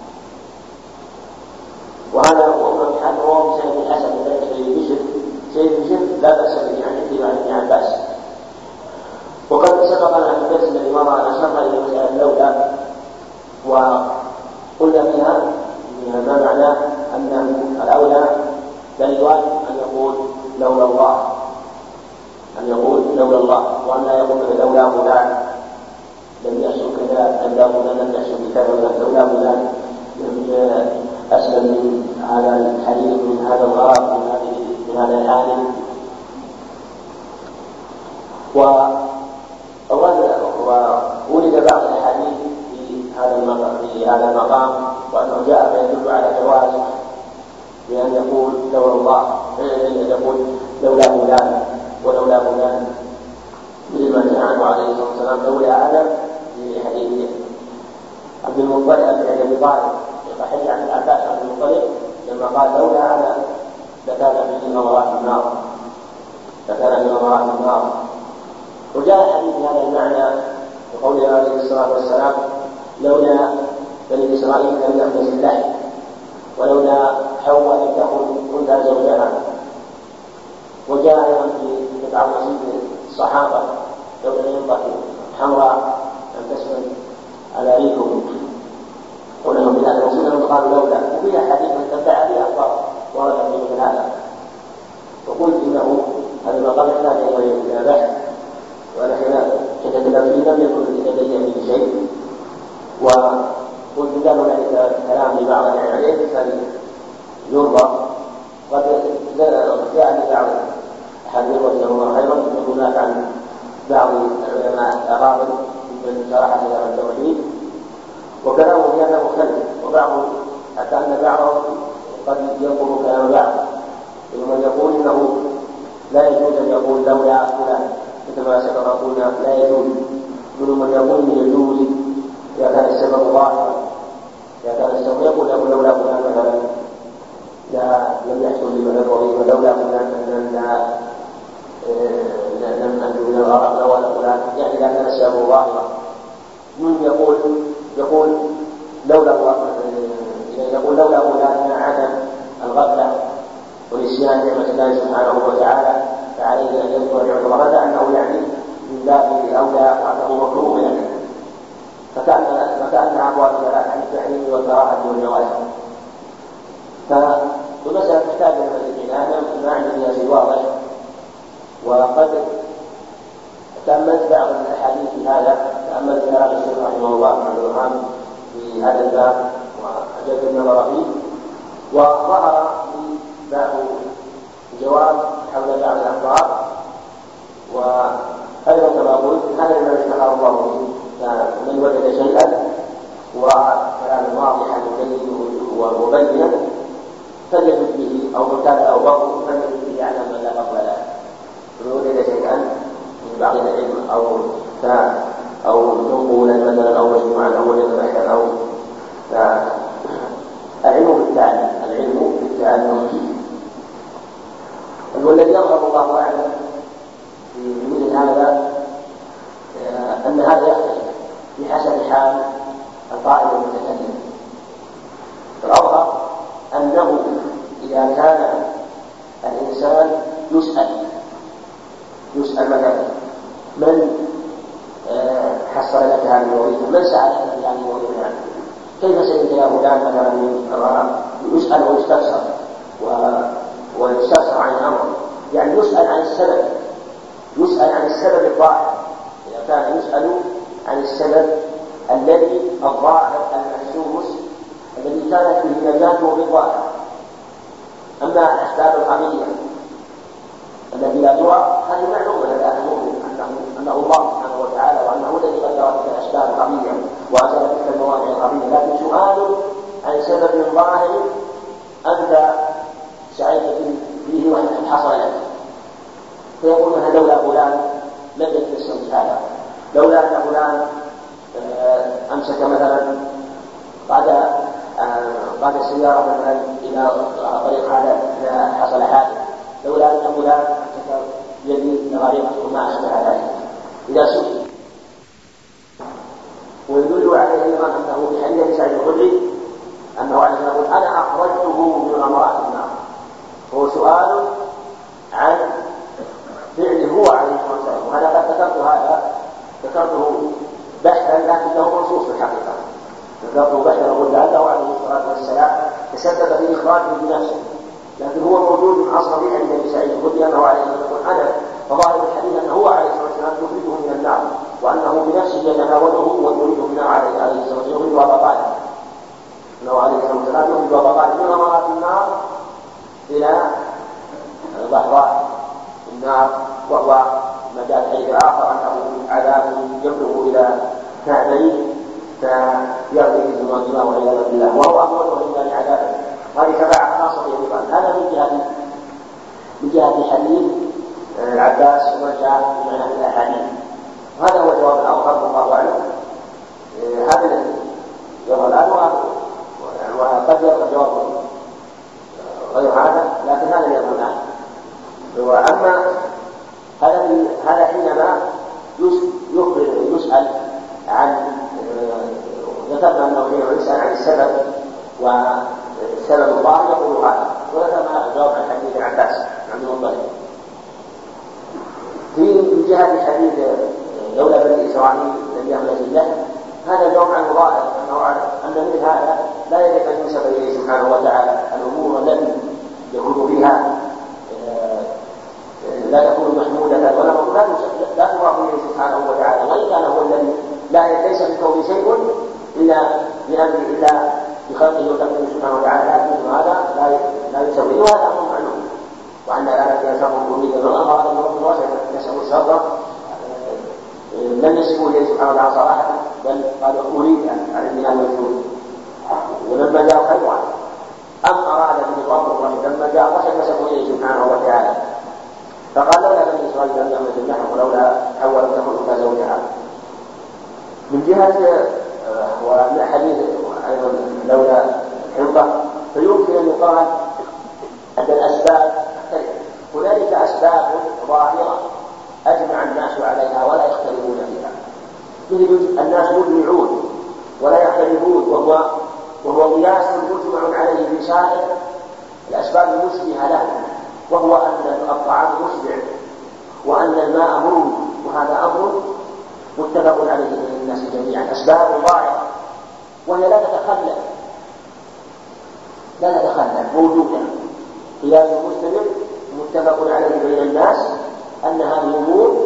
وهذا هو أمر بحاله وهو بسبب الحسن شيء بشرك لا بأس به عن ابن عباس. وقد سبقنا في الدرس الذي مضى أن أشرنا إلى مسألة لولا، وقلنا فيها ما معناه أن الأولى بل الواجب أن يقول لولا الله، وأن لا يقول لولا فلان لم يحصل كذا، لولا فلان لم يحصل بكذا، لولا فلان لم أسلم من هذا الحديث، من هذا الغرض، من هذا العالم. وولد بعض الأحاديث في هذا المقام، وأنه جاء فيدل على جواز بأن يقول لولا الله، يقول لولا فلان ولولا فلان، مثل ما جاء عنه عليه الصلاة والسلام لولا آدم في حديث عبد المطلب بن أبي طالب صحيح عن العباس عبد المطلب لما قال لولا آدم لكان في غمرات النار. وجاء الحديث هذا المعنى بقوله عليه الصلاة والسلام لولا بني إسرائيل لم يحدث اللحم، ولولا حواء لم تكن أنثى زوجها. وجاء أيضا في بعض الصحابة لولا ينطق حمراء أن تسمن على ريكم ولهم بالله رسولهم قالوا لولا. وفي حديث من تبع به أخبار ورد في مثل هذا، وقلت إنه هذا المقام يحتاج إلى بحث ولا خلاف، كتب فيه لم يكن لدي فيه شيء، وقلت قالوا ذلك كلام لبعض عليه فليرضى. قد جاءني بعض أحاديث رضي الله خيرا هناك عن بعض العلماء الأغاضب من شرح كتاب التوحيد، وكلامه في هذا مختلف، وبعضهم حتى أن بعضهم قد ينقل كلام بعض، ومن يقول إنه لا يجوز أن يقول لولا فلان مثل ما سبق قلنا لا يجوز، منهم من يقول إنه يجوز إذا كان السبب ظاهرا، إذا كان السبب يقول لولا فلان مثلا لم يحصل لي من الوظيفة، لولا فلان لم أنجو من الغرق، ولا فلان، يعني إذا كان السبب ظاهرا. من يقول لولا فلان عدم الغفلة ونسيان نعمة الله سبحانه وتعالى فعليه أن يذكر يعتبر هذا أنه يعني من باب الأولى وأنه مكروه يعني، فكأن أقوال ثلاثة عن التحريم والكراهة والجواز. فالمسألة تحتاج إلى العناية، ما عندي فيها شيء واضح. وقد تأملت بعض الأحاديث في هذا، تأملت كلام الشيخ رحمه الله عبد الرحمن في هذا الباب وأجلت النظر فيه، وظهر لي بعض الجواب حول بعض الأخبار. وأيضا كما قلت هذا ما اشتهر الله به، من وجد شيئا وكلام واضحا ومبينا فليجد به، أو مكان أو بطل فليجد به على ما لا فضل له. من وجد شيئا من بعض العلم أو والذي يظهر الله أعلم في مثل هذا أن هذا يختلف بحسب حال القائل والمتكلم. فالأظهر أنه إذا كان الإنسان يسأل مثلا من حصل لك هذه الوظيفة، من سألك في هذه الوظيفة، كيف سئلت يا فلان مثلا من الغرام، يسأل ويستفسر ويستفسر عن الأمر، يعني يسأل عن السبب الظاهر. إذا كان يسأل عن السبب الذي الظاهر المحسوس الذي كانت به نجاته بالظاهر. أما الأسباب الخفية التي لا ترى هذه معلومة لدى المؤمن أنه الله سبحانه وتعالى، وأنه الذي قدر تلك الأسباب الخفية وأنزل تلك المواضع الخفية. لكن سؤال عن سبب ظاهر أنت سعيت فيه وأنت حصل لك، فيقول مثلا لولا فلان لم يتيسر هذا، لولا أن فلان أمسك مثلا بعد السيارة مثلا إلى طريق هذا حصل حادث، لولا أن فلان أمسك يدي لغريقته وما أشبه ذلك إذا سئل. ويدل عليه أيضا أنه في حديث سعيد الخدري أنه عليه الصلاة والسلام أنا أخرجته من غمرات النار، هو سؤال عن فعله هو عليه الصلاة والسلام. وهذا قد ذكرته بحثا لكنه منصوص في الحقيقة، ذكرته بحثا وقل لعله عليه الصلاة والسلام تسبب في إخراجه بنفسه، لكن هو موجود من أصل في حديث سعيد الخدري أنه عليه الصلاة والسلام أنا، فظاهر الحديث أنه هو عليه الصلاة والسلام يخرجه من النار، وأنه بنفسه يتناوله ويريده من عليه الصلاة والسلام يخرج وبطاله، أنه عليه الصلاة والسلام يخرج وبطاله من غمرات النار إلى ضحضاء النار، وهو مجال حديث آخر أنه عذاب يبلغ إلى كعبيه فيرضي ثم الدماء والعياذ بالله، وهو أمره إلا لعذابه. هذه تبع خاصة أيضا. هذا من جهة حديث العباس ورجع بمعنى الأحاديث. هذا هو جواب الأظهر والله أعلم. هذا الذي يظهر الآن، وقد يظهر جواب غير هذا، لكن هذا الذي يظهر الآن. وأما هذا حينما يسأل عن ذكرنا أنه حين يسأل عن السبب والسبب الظاهر يقول هذا، وذكرنا الجواب عن حديث العباس عن المطلب. من جهة حديث لولا بني إسرائيل لم يخلص الله، هذا الجواب عن ظاهر أن مثل هذا لا يجب أن ينسب إليه سبحانه وتعالى. الأمور التي يكون فيها لا تكون محمودة ولا لا تضاف إليه سبحانه وتعالى، وإن كان هو الذي ليس في الكون شيء إلا بأمره إلا بخلقه وتقديره سبحانه وتعالى، لكن هذا لا يسويه، وهذا أمر معلوم. وأن لا نأتي شر أريد من الأمر هذا من رب الواسع يسأل الشر لم يسبوا إليه سبحانه وتعالى صراحة، بل قالوا أريد عن البناء والجود. ولما جاء خيرا أم أراد به رب الرحيم، لما جاء رشد مسكوا إليه سبحانه وتعالى، فقال لولا بني إسرائيل لم يعمل النحو ولولا حول تخلق زوجها. من جهة ومن حديث أيضا لولا الحنطة، فيمكن أن يقال أن الأسباب تختلف. هنالك أسباب ظاهرة أجمع الناس عليها ولا يختلفون فيها، مثل الناس مجمعون ولا يختلفون، وهو قياس مجمع عليه في سائر الأسباب المشبهة له، وهو أن الطعام مشبع وأن الماء مرود، وهذا أمر متفق عليه بين الناس جميعا. أسباب ظاهرة وهي لا تتخلف موجودة، قياس مستمر متفق عليه بين الناس أن هذه الأمور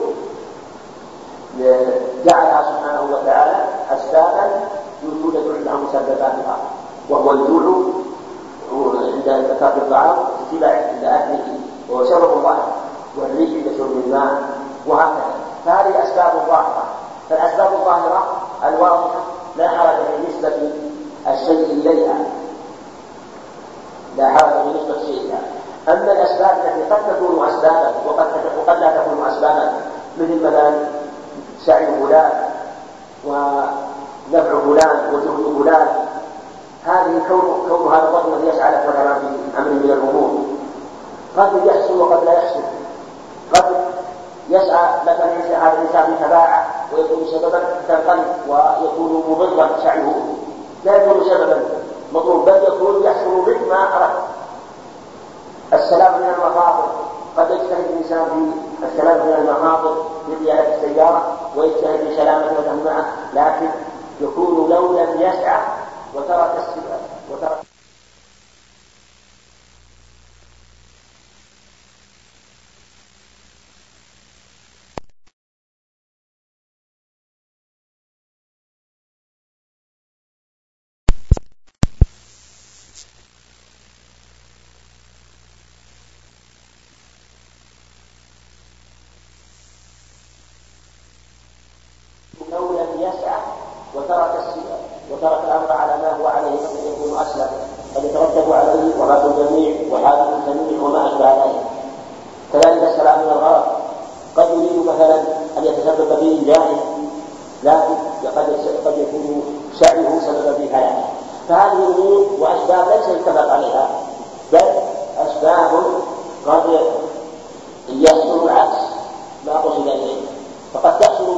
جعلها سبحانه وتعالى أسبابا يوجد عندها مسبباتها، وهو الجوع عند إنفاق الطعام، الاتباع عند أكله، وشرب الماء، والريح عند شرب الماء، وهكذا. فهذه أسباب ظاهرة. فالأسباب الظاهرة الواضحة لا حرج في نسبة الشيء إليها، لا حرج في نسبة الشيء إليها. أما الأسباب التي قد تكون أسبابا وقد لا تكون أسبابا، مثل مثلا سعي فلان ونفع فلان وجهد فلان، هذه كون هذا الرجل الذي يسعى لك مثلا في أمر من الأمور قد يحصل وقد لا يحصل. قد يسعى مثلا هذا الإنسان بتباعه ويكون سببا تنقلب ويكون مضرا سعيه، لا يكون سببا مطلوب، بل يكون يحصل ضد ما أراد. السلام من المخاطر، قد يجتهد الإنسان في السلام من المخاطر في قيادة السيارة ويجتهد في سلامة من معه، لكن يكون لو لم يسعى وترك السبب وترك الأمر على ما هو عليه قد يكون أسلم، قد يترتب عليه وفاة الجميع وحادث الجميع وما أشبه ذلك. كذلك السلام من الغرض، قد يريد مثلا أن يتسبب في إنجازه، لكن قد يكون سعيه سببا في هلاكه. فهذه الأمور وأسباب ليس يتفق عليها، بل أسباب قد يحصل عكس ما قصد إليه، فقد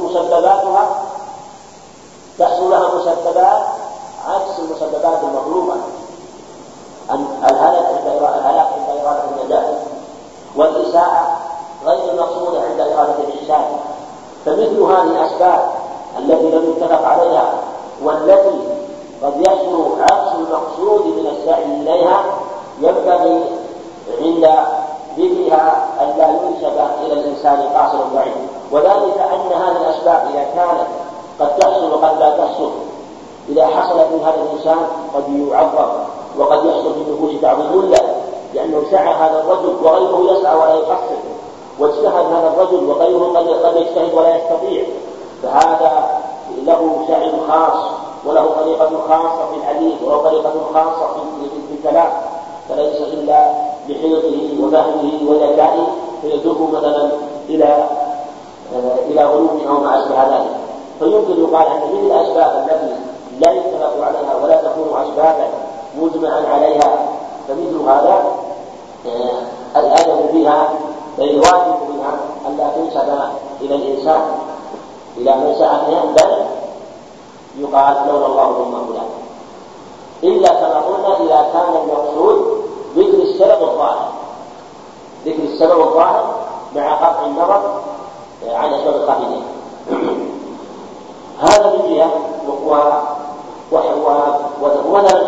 تحصل لها مسببات عكس المسببات المطلوبة، الهلاك عند إرادة النجاة، والإساءة غير المقصودة عند إرادة الإحسان. فمثل هذه الأسباب التي لم يتفق عليها والتي قد يحصل عكس المقصود من السعي إليها ينبغي عند ذكرها أن لا ينسب إلى الإنسان قاصر ضعيف، وذلك أن هذه الأسباب إذا كانت قد تحصل وقد لا تحصل، إذا حصلت من هذا الإنسان قد يعظم وقد يحصل في النفوس تعظيم له، لأنه سعى هذا الرجل وغيره يسعى ولا يقصر، واجتهد هذا الرجل وغيره قد يجتهد ولا يستطيع، فهذا له سعي خاص وله طريقة خاصة في الحديث وله طريقة خاصة في الكلام، فليس إلا بحيطه وفهمه وذكائه فيجره مثلا إلى غلو أو ما أشبه ذلك. فيمكن يقال أن مثل الأسباب التي لا يتفق عليها ولا تكون أسبابا مجمعا عليها، فمثل هذا الأدب فيها فالواجب منها أن لا تنسب إلى الإنسان إلى من سعى فيها، بل يقال لولا الله ثم فلان، إلا كما قلنا إذا كان المقصود ذكر السبب الظاهر مع قطع النظر عن أسباب الخفية. هذا من جهة. ومثلا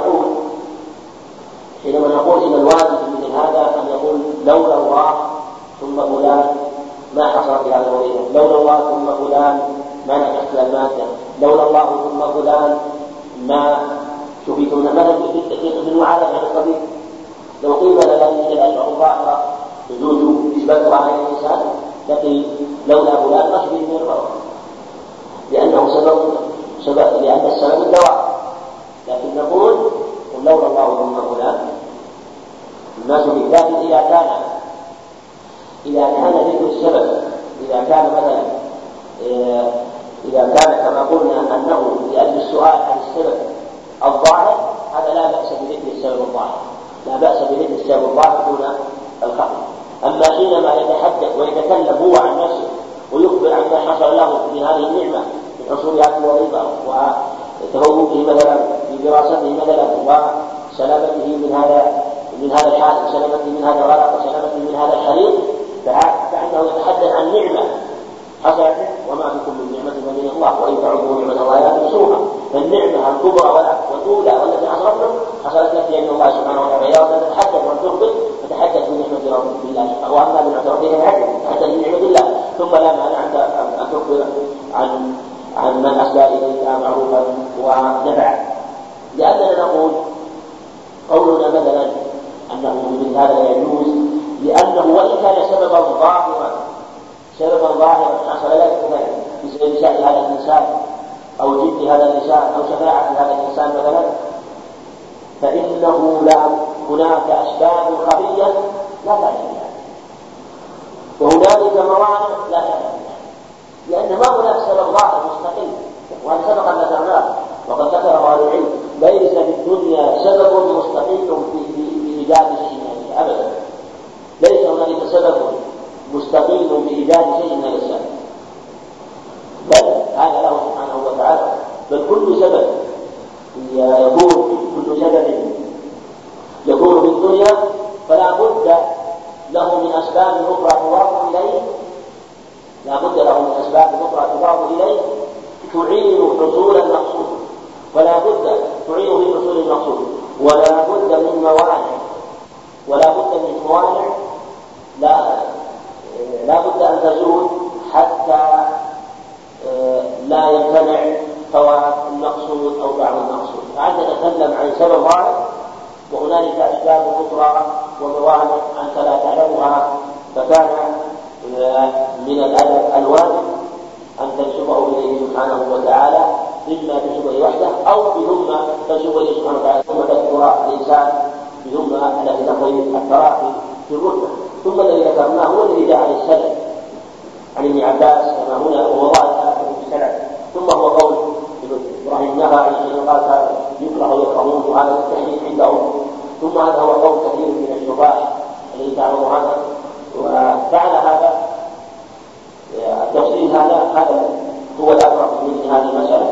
حينما نقول إن الواجب مثل هذا أن يقول لولا الله ثم فلان ما حصلت هذه الوظيفة، لولا الله ثم فلان ما نجحت المادة، لولا الله ثم فلان ما شفيتنا. مثلا في المعارضة عن الطبيب لو قيل لنا من الأشعار الظاهرة يجوز إثباتها على الإنسان، لكن لولا فلان ما شفيت من المرض، لأنه لأن السبب الدواء، لكن نقول لولا الله ثم فلان ما شفيت. لكن إذا كان ذكر السبب، إذا كان كما قلنا أنه لأجل السؤال عن السبب الظاهر، هذا لا بأس بذكر السبب الظاهر، لا بأس بذكر السبب الظاهر دون الخفي. أما حينما يتحدث ويتكلم هو عن نفسه ويخبر عما حصل له من هذه النعمة من حصول هذه الوظيفة وتفوقه مثلا في دراسته مثلا وسلامته من هذا الحال وسلامته من هذا الغرق وسلامته من هذا الحريق، فإنه يتحدث عن نعمة حصلت وما بكم من نعمة فمن الله وإن تعودوا نعمة الله لا تحصوها. فالنعمة الكبرى والأولى والتي حصلت لك بأن الله سبحانه وتعالى يرى أن تتحدث وأن تخبر فتحدث بنعمة ربك بالله، وأما بنعمة ربك تحدث بنعمة الله، ثم لا مانع أن تخبر عن من أسدى إليك معروفا ونفعا. لأننا نقول قولنا مثلا أنه من هذا لا يجوز، لأنه وإن كان سببا ظاهرا حصل لك مثلا بسبب سعي هذا الإنسان أو جد هذا الإنسان أو شفاعة هذا الإنسان مثلا، فإنه لا هناك أسباب خفية لا تعلم بها، وهنالك موانع لا تعلم بها، لأن ما هناك سبب ظاهر مستقل، وهذا سبق أن ذكرناه وقد ذكره أهل العلم. ليس في الدنيا سبب مستقل في إيجاد شيء أبدا، سبب مستقيم بإيجاد شيء من الإسلام، بل هذا له سبحانه وتعالى، بل كل سبب يكون في الدنيا فلا بد له من أسباب أخرى تضاف إليه تعين حصول المقصود، ولا بد تعين في حصول المقصود، ولا بد من موانع لا بد أن تزول حتى لا يمتنع فوات المقصود أو بعض المقصود. فعند نتكلم عن سبب واحد وهنالك أسباب أخرى وموانع أنت لا تعلمها، فكان من الأدب الواجب أن تنسبه إليه سبحانه وتعالى، إما بشبه وحده أو بهم تنسبه إليه سبحانه وتعالى، ثم تذكر الإنسان بهم التي تقوي التراخي في الرتبة. ثم الذي ذكرناه هو الذي جاء عن السلف عن ابن عباس كما هنا وهو ظاهر في السلف، ثم هو قول إبراهيم نهى عن شيء قال يكرهون وهذا التحريم عندهم، ثم هذا هو قول كثير من الشباب الذي تعلم هذا وفعل هذا التفصيل. هذا هو الأقرب من هذه المسألة.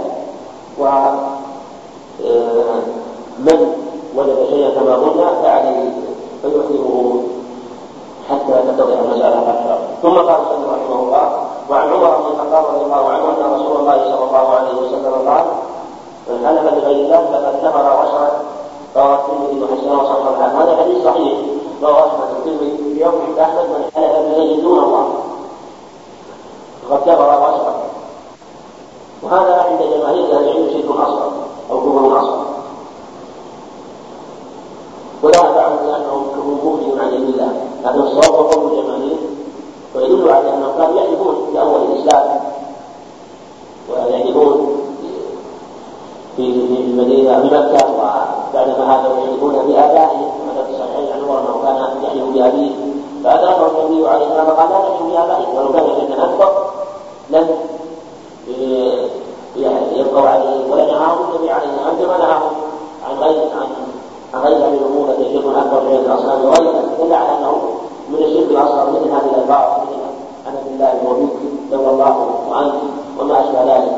ومن وجد شيئا كما قلنا فعليه فيؤثره حتى تتضح المسألة أكثر. ثم قال سيدنا رحمه الله: وعن عمر بن الخطاب رضي الله عنه أن رسول الله صلى الله عليه وسلم قال: من حلف بغير الله فقد كفر واشرك. رواه الترمذي وحسنه وصححه الحاكم. هذا حديث صحيح رواه أحمد الترمذي في يوم أحمد: من حلف بغير دون الله فقد كفر واشرك. وهذا عند جماهير أهل العلم شرك أصغر أو كفر أصغر، ولا يدعون أنهم كفر عن الله، لكن الصواب قول الجماهير ويدل على أنهم كانوا يحلفون في أول الإسلام ويحلفون في المدينة في مكة، وبعدما هذا يحلفون بآبائهم كما في الصحيحين عن عمر أنه كان يحلف بأبيه فأدركه النبي عليه الصلاة والسلام فقال: لا تحلفوا بآبائكم، ولو كان شيئا أكبر لم يبقوا عليه، ولا نهاهم النبي عليه الصلاة والسلام كما نهاهم عن غير هذه الأمور التي الشرك الأكبر من الأصنام وغيرها، دل على أنه من الشرك الأصغر مثل هذه الألفاظ مثل أنا بالله وبك لولا الله وأنت وما أشبه ذلك.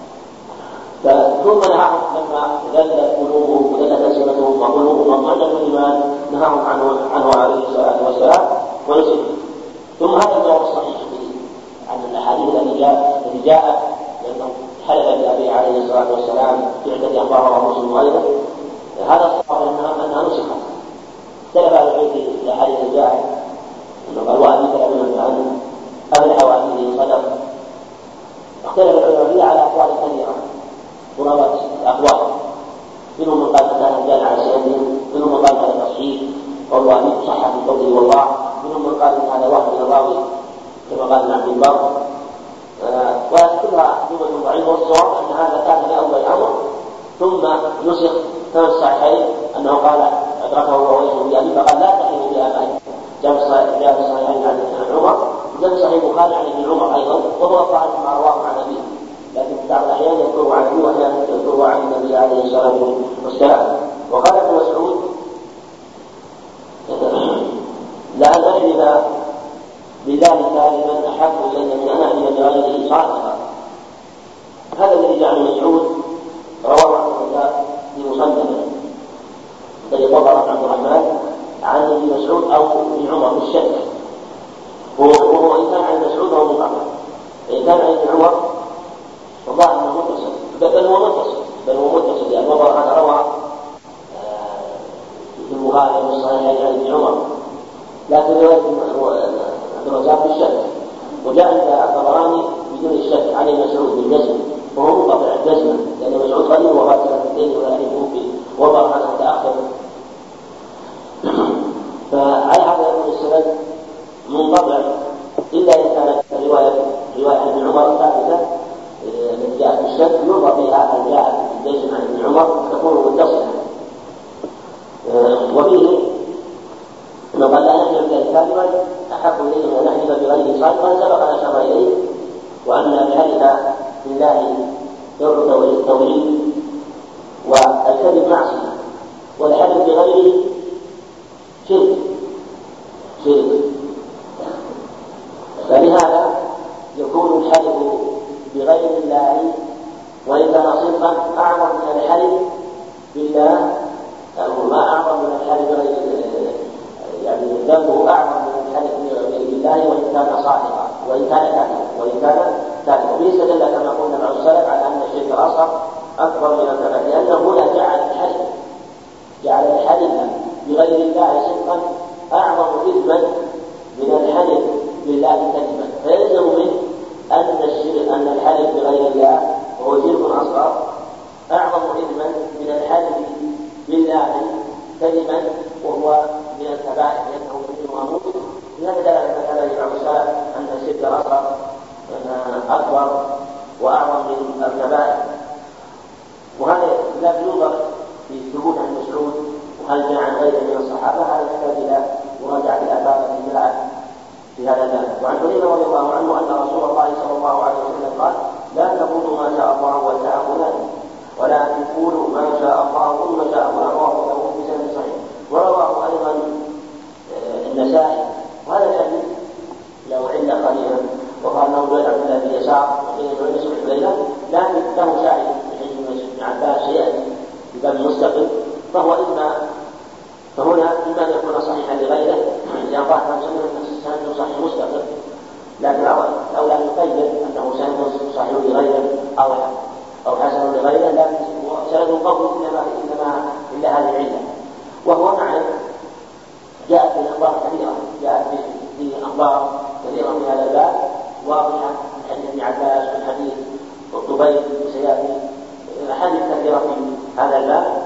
ثم نهاهم لما ذلت قلوبهم وذلت ألسنتهم وقلوبهم وضعت الإيمان نهاهم عنه عليه الصلاة والسلام ونسوا. ثم هذا الجواب الصحيح عن الأحاديث التي جاءت لأنه حلف بأبي عليه الصلاة والسلام في عدة أخبار ومسلم وغيره، هذا الصحيح أنها نسخت. اختلف أهل العلم في الأحاديث الجاءت أنه قال: وأبي كلام عن أهل حوادثه صدق. اختلف العلماء فيها على أقوال كثيرة ضربت أقوال، منهم من قال كان جاء على سيده، منهم من قال هذا تصحيح والله صح في قوله والله، منهم من قال هذا واحد من الراوي كما قال ابن عبد البر، وكلها جمل ضعيفة. والصواب أن هذا كان في أول الأمر ثم نسخ كما الصحيحين أنه قال أدركه وهو يشهد بأبيه فقال: لا تحلفوا بآبائكم. جاء في الصحيحين عن عمر، وجاء في صحيح البخاري عن ابن عمر أيضا، وهو قال ما رواه عن أبيه، لكن في بعض الأحيان يذكره عن أبيه وأحيانا يذكره عن النبي عليه الصلاة والسلام. وقال ابن مسعود: لا نحلف بذلك لمن أحب إلينا من أن نحلف بغيره صادقا. هذا الذي جاء ابن مسعود رواه في مصنفه الذي طبعه عبد الرحمن عن ابن مسعود أو ابن عمر بالشك، وهو إن كان عن مسعود هو مقابل، إن كان عن ابن عمر والله أنه متصل، بل هو متصل لأن هذا روى في البخاري والصحيحين عن ابن عمر، لكن رواية عبد الرزاق بالشك، وجاء عند الطبراني بدون الشك عن مسعود بالجزم، وهو منقطع جزما لأن مسعود قليل وفاة سنة 32 في وضع هذا متأخر. فعلى هذا يكون السند منقطع إلا إذا كانت رواية ابن عمر ثابتة التي جاءت بالشك ينظر فيها أن جاءت بالجزم عن ابن عمر تكون متصلة. وفيه أنه قال: لا نحلف به كاذبا أحب إليه من أن نحلف بغيره صادقا، سبق أن أشار إليه، وأن الحلف بالله نوع التوحيد، والكذب معصية، والحلف بغيره شرك. فلهذا يكون الحلف بغير الله وإن كان صدقا أعظم من الحلف بالله، ما أعظم من الحلف بغير يعني ذنبه أعظم من الحلف بالله وإن كان صادقا وإن كان كاذبا. وبه استدل كما قلنا مع السلف على أن الشرك الأصغر أكبر من الكبائر، لأنه هنا جعل الحلف بغير الله صدقا أعظم إثما من الحلف بالله كذبا، فيلزم منه أن الحلف بغير الله وهو شرك أصغر أعظم إثما من الحلف بالله كذبا وهو من الكبائر لأنه من واموت. لهذا دل على بعض السلف أن الشرك الأصغر أكبر وأعظم من الكبائر. وهذا لا يوضح في ثبوت عن مسعود وهل جاء عن غيره من الصحابة، هذا يحتاج إلى مراجعة الآثار التي جاءت في هذا الباب. وعن حذيفة رضي الله عنه أن رسول الله صلى الله عليه وسلم قال: لا تقولوا ما شاء الله وشاء فلان ولكن قولوا ما شاء الله ثم شاء فلان، رواه داود بسند صحيح. ورواه أيضا النسائي. وهذا الحديث له علة قليلة، وقال أنه جاء عبد الله بن يسار وقيل له يسوع الليلة، لكن له شاهد في حديث ابن عباس سيأتي في باب مستقل، فهنا إما أن يكون صحيحا لغيره إذا ظهر سند صحيح مستقل، لكن الأولى أن يقيد أنه سند صحيح لغيره أو حسن لغيره، لكن سند قوي إلا هذه العلة. وهو معنى جاءت في أخبار كثيرة، جاءت في أخبار كثيرة من هذا الباب واضحة من حديث ابن عباس ومن حديث الطبيب وسيأتي أحاديث كثيرة في هذا الباب،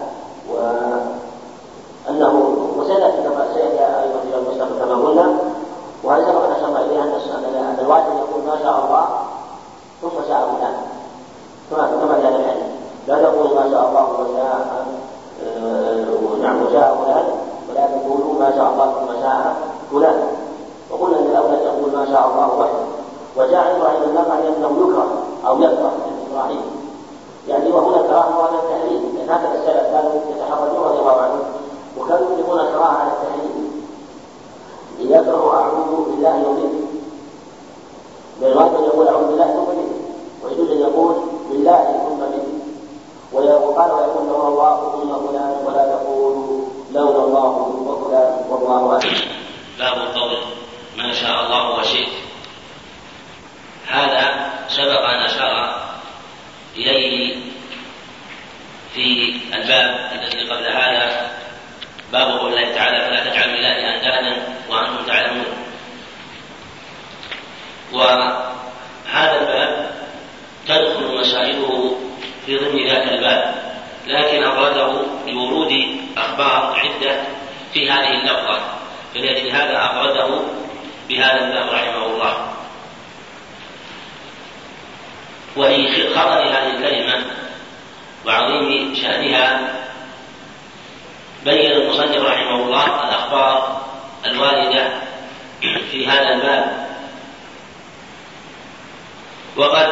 وسيأتي أيضا في المستقبل كما قلنا. وهذا سبق أن أشرنا إليه أن الواجب يقول ما شاء الله ثم شاء فلان كما في هذا الحديث، لا تقول ما شاء الله وشاء وشاء فلان، ولكن تقولوا ما شاء الله ثم شاء فلان. وقلنا أن الأولى يقول ما شاء الله وحده. وجاء إبراهيم النقع لأنه يكره أو يكره إبراهيم، يعني وهنا كراهة وهذا التحريم، لأن هكذا السلف كانوا يتحرجون رضي الله عنهم وكانوا يطلقون كراهة على التحريم، يكره أعوذ بالله وبه، بالغالب يقول أعوذ بالله ثم به، ويجوز أن يقول بالله ثم به، وقال ويقول لولا الله ثم فلان ولا تقولوا لولا الله وفلان والله أكبر. باب القول ما شاء الله وشئت. هذا سبق أن أشار إليه في الباب الذي قبل هذا، باب قول الله تعالى: فلا تجعلوا لله أندادا وأنتم تعلمون. وهذا الباب تدخل مسائله في ضمن ذاك الباب، لكن أورده لورود أخبار عدة في هذه اللفظة، فلأجل هذا أورده بهذا الباب رحمه الله. وفي خطر هذه الكلمة وعظيم شأنها بين المصنف رحمه الله الأخبار الواردة في هذا الباب. وقد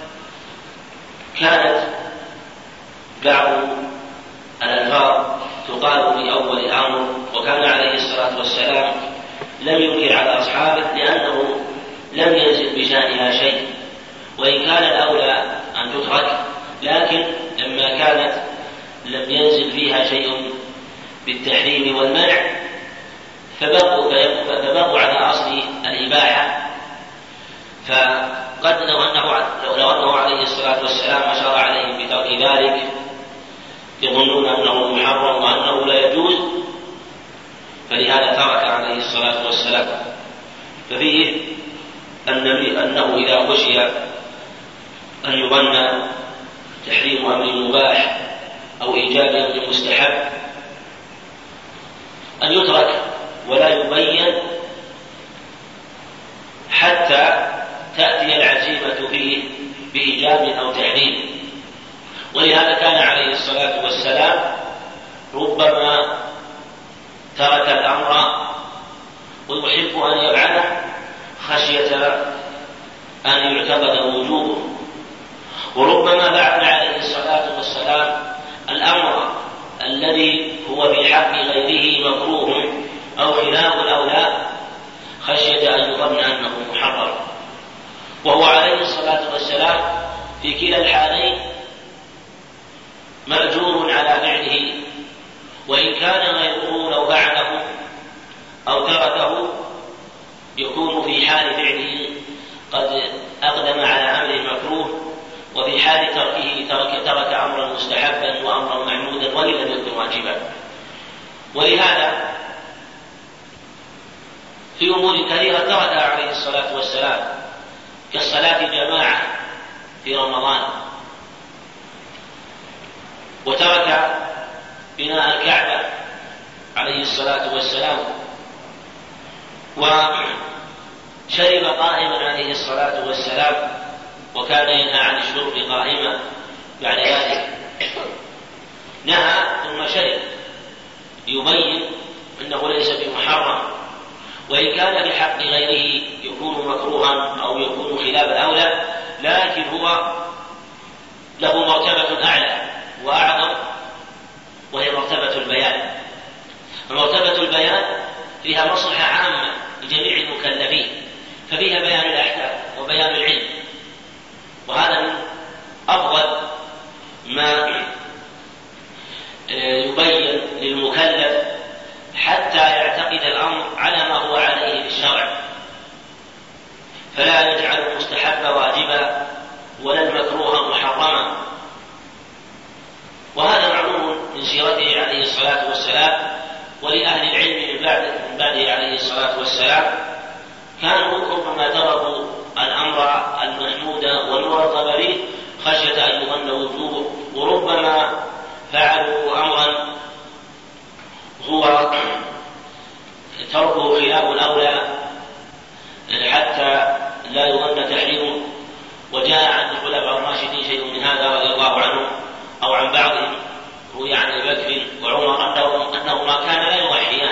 كانت بعض الألفاظ تقال في أول الأمر، وكان عليه الصلاة والسلام لم ينكر على أصحابه لأنه لم ينزل بشأنها شيء، وإن كان الأولى أن تترك، لكن لما كانت لم ينزل فيها شيء بالتحريم والمنع فبقوا على أصل الإباحة. فقد لو أنه عليه الصلاة والسلام أشار عليهم بترك ذلك يظنون أنه محرم وأنه لا يجوز، فلهذا ترك عليه الصلاة والسلام. ففيه أنه إذا خشي أن يظن تحريم أمر مباح أو إيجاب أمر مستحب أن يترك ولا يبين حتى تأتي العزيمة فيه بإيجاب أو تحريم. ولهذا كان عليه الصلاة والسلام ربما ترك الأمر ويحب أن يفعله خشية أن يعتقد وجوبه، وربما فعل عليه الصلاة والسلام الأمر الذي هو في حق غيره مكروه أو خلاف الأولى خشية أن يظن أنه محرم. في كلا الحالين مأجور على فعله، وإن كان غيره لو فعله أو تركه يكون في حال فعله قد أقدم على أمر مكروه، وفي حال تركه ترك أمرا مستحبا وأمرا محمودا وإن لم يكن واجبا. ولهذا في أمور كثيرة تركها عليه الصلاة والسلام كالصلاة الجماعة في رمضان، وترك بناء الكعبة عليه الصلاة والسلام، وشرب قائما عليه الصلاة والسلام، وكان ينهى عن الشرب قائما بعد ذلك، نهى ثم شرب يبين أنه ليس بمحرم، وإن كان بحق غيره يكون مكروها أو يكون خلاف الأولى، لكن هو له مرتبة أعلى وأعظم، وهي مرتبة البيان. فمرتبة البيان فيها مصلحة عامة لجميع المكلفين، ففيها بيان الأحكام وبيان العلم، وهذا من أفضل ما يبين للمكلف حتى يعتقد الأمر على ما هو عليه بالشرع، فلا يجعل المستحب واجبا ولا المكروه محرما. وهذا معلوم من سيرته عليه الصلاة والسلام، ولأهل العلم من بعده عليه الصلاة والسلام كانوا ربما تركوا الأمر المحمود والمرغب به خشية أن يظن وجوبه، وربما فعلوا أمرا هو تركه خلاف الأولى حتى لا يظن تحريمه. وجاء عن الخلفاء الراشدين شيء من هذا رضي الله عنهم أو عن بعضهم، روي عن أبي بكر وعمر أنهما كان لا يضحيان،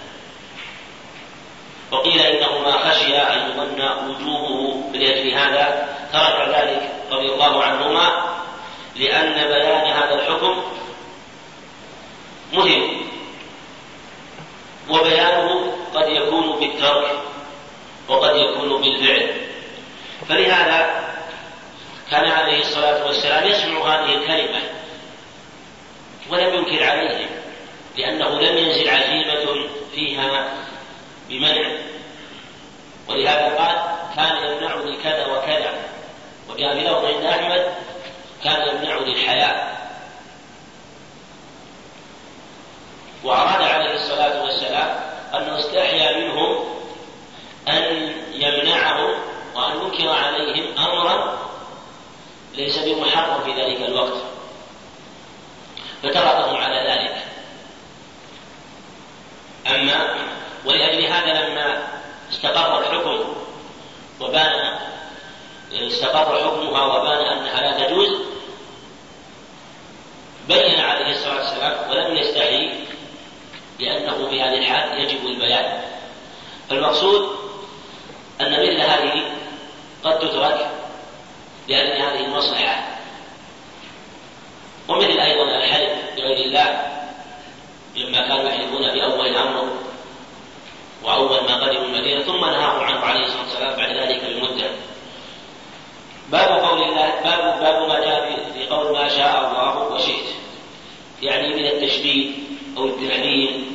وقيل إنهما خشي أن يظن وجوبه، لأجل هذا ترك ذلك رضي الله عنهما، لأن بيان هذا الحكم مهم، وبيانه قد يكون بالترك وقد يكون بالفعل. فلهذا كان عليه الصلاة والسلام يسمع هذه الكلمة ولم ينكر عليهم، لأنه لم ينزل عزيمة فيها بمنع. ولهذا قال كان يمنعني كذا وكذا، وجاء بلفظ عند أحمد كان يمنعني الحياء. وأراد عليه الصلاة والسلام أنه استحيا منهم أن يمنعهم وأن ينكر عليهم أمرا ليس بمحرم في ذلك الوقت، فتركهم على ذلك. أما ولأجل هذا لما استقر حكمها وبان أنها لا تجوز، بين عليه الصلاة والسلام ولم يستحي، لأنه في هذه الحال يجب البيان. فالمقصود أن مثل هذه قد تترك لأن هذه المصلحة. ومثل أيضا الحلف بغير الله، لما كانوا يحلفون في أول الأمر وأول ما قدموا المدينة ثم نهاهم عنه عليه الصلاة والسلام بعد ذلك بمدة. باب قول الله، باب ما جاء في قول ما شاء الله وشئت، يعني من التشبيه أو التعليل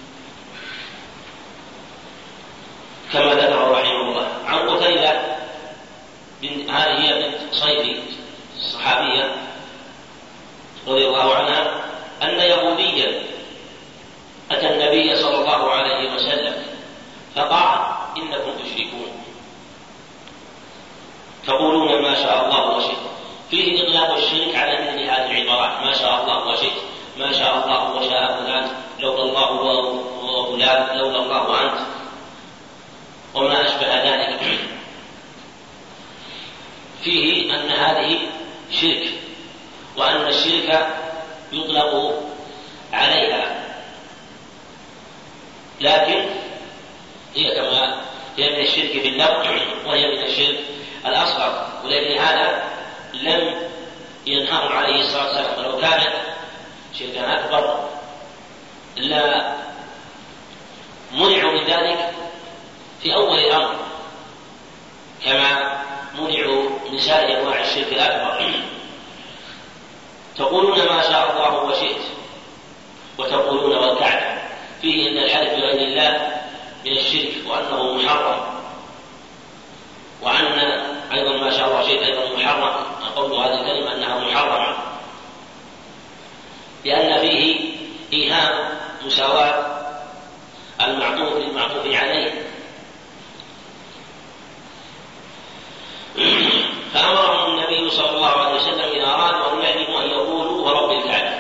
كما ذكر رحمه الله. عن قتيلة هذه هي بنت صيد الصحابية رضي الله عنها أن يهوديا أتى النبي صلى الله عليه وسلم فقال إنكم تشركون تقولون ما شاء الله وشئت، فيه إطلاق الشرك على مثل هذه العبارات: ما شاء الله وشئت، ما شاء الله وشاء فلان، لولا الله وفلان، لولا الله وأنت، وما أشبه ذلك. فيه أن هذه شرك، وأن الشرك يطلق عليها، لكن هي كما هي من الشرك باللفظ وهي من الشرك الأصغر. ولكن هذا لم ينهر عليه الصلاة والسلام، ولو كانت شركا أكبر لا منعوا من ذلك في أول الأمر، كما منعوا من سائر أنواع الشرك الأكبر. تقولون ما شاء الله وشئت، وتقولون والكعبة، فيه أن الحلف بغير الله من الشرك وأنه محرم، وأن أيضا ما شاء الله وشئت أيضا محرم. قول هذه الكلمة أنها محرمة لأن فيه إيهام مساواة المعطوف للمعطوف عليه. فأمرهم النبي صلى الله عليه وسلم إذا أرادوا أن يحلفوا أن يقولوا ورب الكعبة.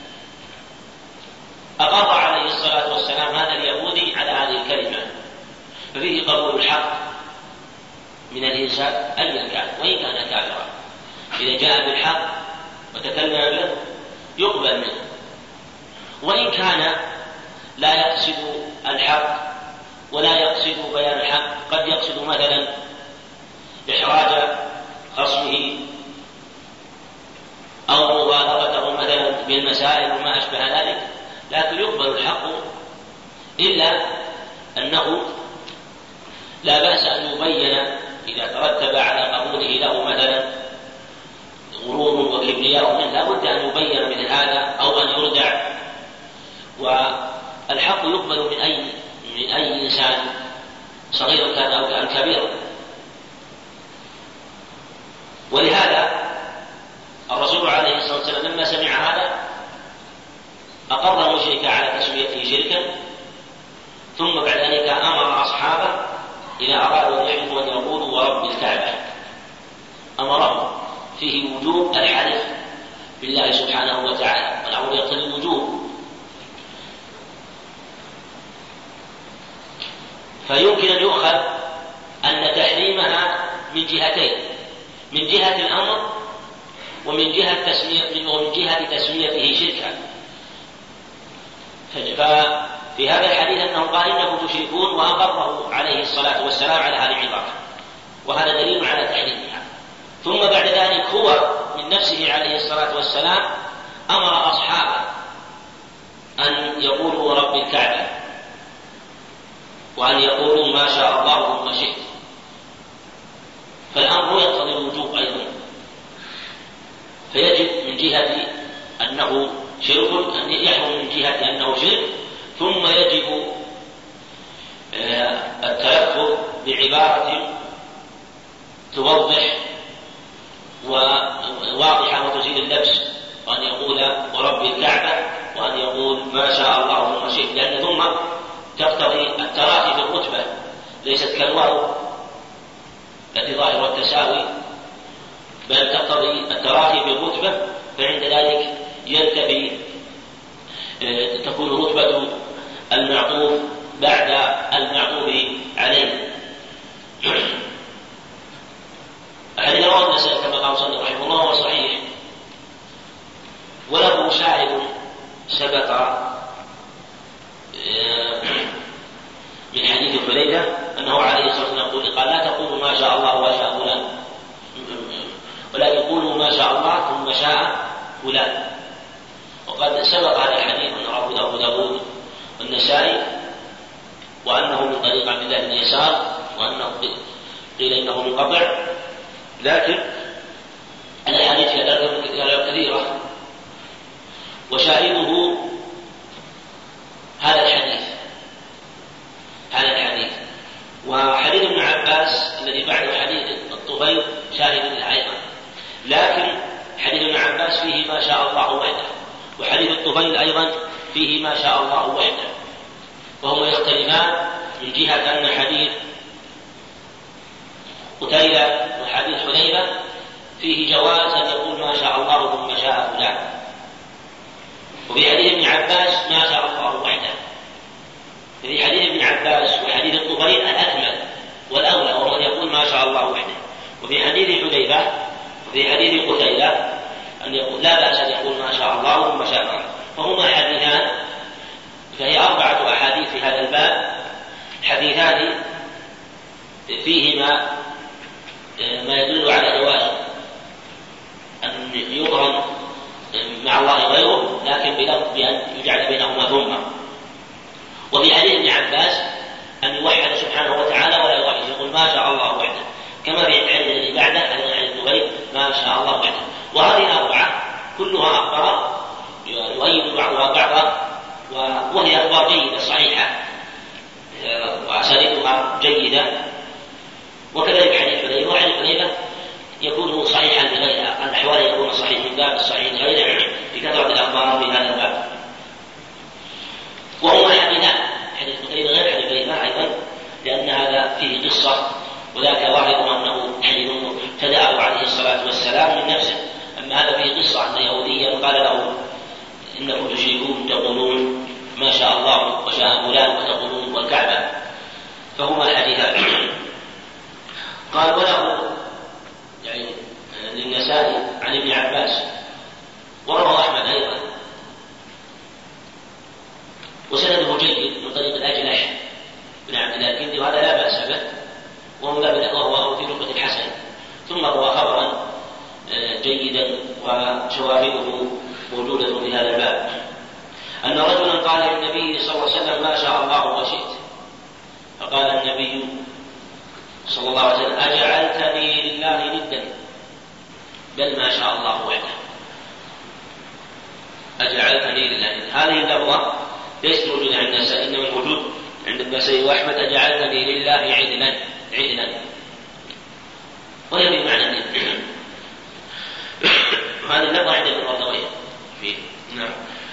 أقر عليه الصلاة والسلام هذا اليهودي على هذه الكلمة، ففيه قبول الحق من الإنسان أي كان وإن كان كافرا، إذا جاء بالحق وتكلم به يقبل منه، وإن كان لا يقصد الحق ولا يقصد بيان الحق، قد يقصد مثلا إحراج خصمه أو مبالغته مثلا بالمسائل وما أشبه ذلك، لكن يقبل الحق، إلا أنه لا بأس أن يبين إذا ترتب على قبوله له مثلا غرور وكبرياء منه، لا بد أن يبين مثل هذا أو أن يردع. والحق يقبل من أي إنسان صغير كان أو كان كبيرا. ولهذا الرسول عليه الصلاة والسلام لما سمع هذا أقر المشرك على تسميته شركا، ثم بعد ذلك أمر أصحابه إذا أرادوا أن يحلفوا أن يقولوا ورب الكعبة، أمرهم فيه وجوب الحلف بالله سبحانه وتعالى، والأمر يقتضي الوجوب. فيمكن أن يؤخذ أن تحريمها من جهتين، من جهة الأمر ومن جهة تسميته شركا. ففي هذا الحديث أنه قال إنكم تشركون، وأقره عليه الصلاة والسلام على هذه العبارة، وهذا دليل على تحريمها. ثم بعد ذلك هو من نفسه عليه الصلاة والسلام أمر أصحابه أن يقولوا رب الكعبة، وأن يقولوا ما شاء الله ثم شئت. فالأمر يقتضي الوجوب أيضا، فيجب من جهة أنه شرك أن يحرم من جهة أنه شرك، ثم يجب التلفظ بعبارة توضح وواضحة وتزيل اللبس، وأن يقول ورب الكعبة، وأن يقول ما شاء الله ثم شئت، لأن ثم تقتضي التراخي في الرتبة، ليست كالواو التي ظاهر التساوي، بل تقتضي التراخي في الرتبة، فعند ذلك ينتفي تكون رتبة المعطوف بعد المعطوف عليه. الحديث رواه النسائي كما قال صلى الله عليه وسلم وهو صحيح، وله شاهد سبق من حديث حذيفة أنه عليه الصلاة والسلام قال لا تقولوا ما شاء الله وشاء فلان، ولكن قولوا ما شاء الله ثم شاء فلان. وقد سبق هذا الحديث أن رواه أبو داود والنسائي، وأنه من طريق عبد الله بن يسار، وأنه قيل إنه منقطع، لكن الأحاديث كثيرة، وشاهده هذا الحديث. وحديث ابن عباس الذي بعد حديث الطفيل شاهد له أيضا، لكن حديث ابن عباس فيه ما شاء الله وحده، وحديث الطفيل أيضا فيه ما شاء الله وحده، وهما يختلفان من جهة أن حديث قتيلة وحديث حذيفة فيه جواز أن يقول ما شاء الله ثم شاء فلان، وفي حديث ابن عباس ما شاء الله وحده. في حديث ابن عباس وحديث الطفيل الأكمل والأولى وهو أن يقول ما شاء الله وحده. وفي حديث حذيفة وفي حديث قتيلة أن يقول لا بأس أن يقول ما شاء الله ثم شاء الله، فهما حديثان، فهي 4 أحاديث في هذا الباب، حديثان فيهما ما يدل على جواز أن يقرن مع الله غيره، لكن بأن يجعل بينهما ثم. وفي حديث ابن عباس أن يوحد سبحانه وتعالى ولا يغير، يقول ما شاء الله وحده، كما في الحديث الذي بعده شاء الله وحده. وهذه الأربعة كلها أخبار يؤيد بعضها بعضا، وهي أخبار جيدة صحيحة وأساليبها جيدة. وكذلك حديث حذيفة، وحديث حذيفة يكون صحيحا لغيرها، الأحوال يكون صحيح من باب الصحيح لغيره بكثرة الأخبار في هذا الباب. وهو حديثان، حديث حذيفة غير حديث حذيفة أيضا، لأن هذا فيه قصة، وذاك ظاهر أنه حديث ابتدأه عليه الصلاة والسلام من نفسه. أما هذا فيه قصة أن يهوديا قال له إنكم تشركون تقولون ما شاء الله وشاء فلان وتقولون والكعبة، فهما الحديثان. قال وله يعني للنسائي عن ابن عباس، وروى أحمد أيضا، وسنده جيد من طريق الأجلح بن عبد الله الكندي، وهذا لا بأس به، وهو في رتبة الحسن. ثم روى خبرا جيدا وشواهده موجودة في هذا الباب، أن رجلا قال للنبي صلى الله عليه وسلم ما شاء الله وشئت، فقال النبي صلى الله عليه وسلم أجعلتني لله ندا، بل ما شاء الله وحده. أجعلتني لله ندا، هذه اللفظة ليست موجودة عند النسائي، إنما الموجود عند النسائي وأحمد أجعلتني لله عدلا، وهي بمعنى الند. وهذه اللفظة عند ابن الرضوي فيه نعم،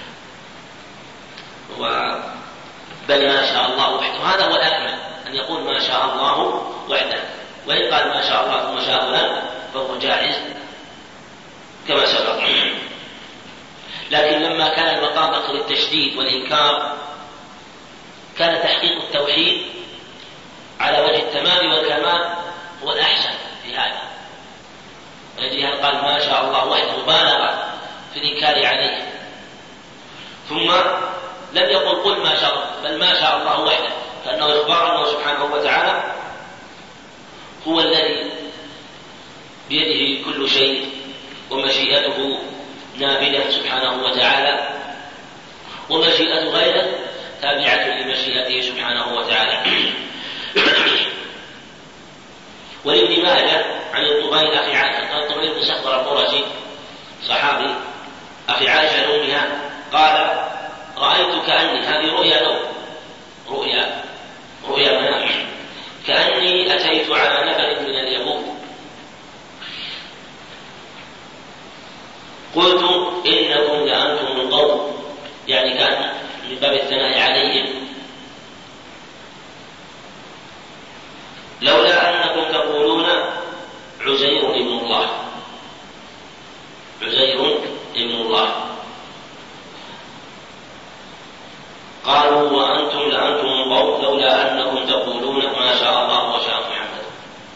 بل ما شاء الله وحده، هذا هو الأكمل أن يقول ما شاء الله وحده، وإن قال ما شاء الله ثم شاء فلان فهو جائز كما سبق. لكن لما كان المقام أخذ التشديد والإنكار كان تحقيق التوحيد على وجه التمام والكمال هو الأحسن في هذا، ولذلك قال ما شاء الله وحده مبالغة في الإنكار عليه. ثم لم يقل قل ما شاء الله، بل ما شاء الله وحده، كأنه إخبار أنه سبحانه وتعالى هو الذي بيده كل شيء، ومشيئته نافذة سبحانه وتعالى، ومشيئة غيره تابعة لمشيئته سبحانه وتعالى. ولابن ماجه عن الطفيل أخي عائشة، قال الطفيل بن سخبر القرشي صحابي أخي عائشة عن أمها قال رأيت كأني، هذه رؤيا نوم، رؤيا منام، كأني أتيت على نفر من اليهود قلت إنكم لأنتم القوم، يعني كان من باب الثناء عليهم، لولا أنكم تقولون عزير ابن الله، عزير ابن الله، قالوا وأنتم لأنتم القوم لولا أنكم تقولون ما شاء الله وشاء محمد.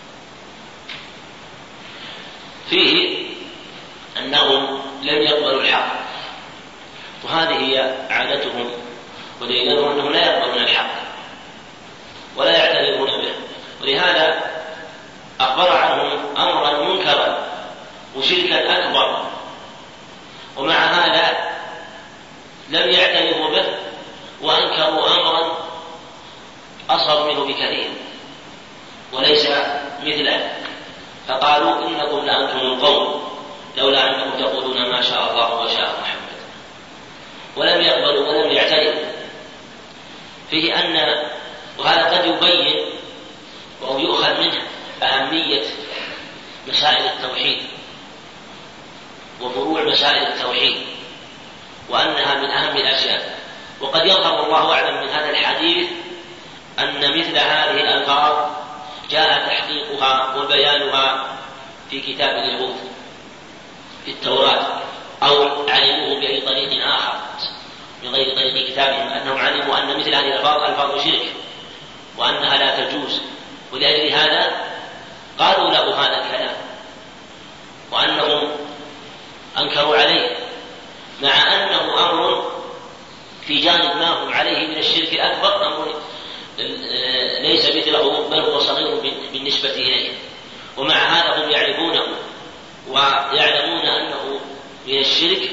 فيه أنهم لم يقبلوا الحق، وهذه هي عادتهم ودليلهم أنهم لا يقبلون الحق ولا يعترفون به، ولهذا أخبر عنهم أمرا منكرا وشركا أكبر، ومع هذا لم يعترفوا به وأنكروا أمرا أصغر منه بكثير وليس مثله، فقالوا إنكم لأنتم القوم لولا أنكم تقولون ما شاء الله وشاء محمد، ولم يقبلوا ولم يعترفوا. فيه أن وهذا قد يبين أو يؤخذ منه أهمية مسائل التوحيد وفروع مسائل التوحيد، وأنها من أهم الأشياء. وقد يظهر الله أعلم من هذا الحديث أن مثل هذه الألفاظ جاء تحقيقها وبيانها في كتاب اليهود في التوراة، أو علموه بأي طريق آخر من غير طريق كتابهم، أنهم علموا أن مثل هذه الألفاظ ألفاظ شرك وأنها لا تجوز، ولأجل هذا قالوا له هذا الكلام، وأنهم أنكروا عليه، مع أنه أمر في جانب ما هم عليه من الشرك الأكبر أمر ليس مثله، بل هو صغير بالنسبة إليه، ومع هذا هم يعرفونه ويعلمون أنه من الشرك.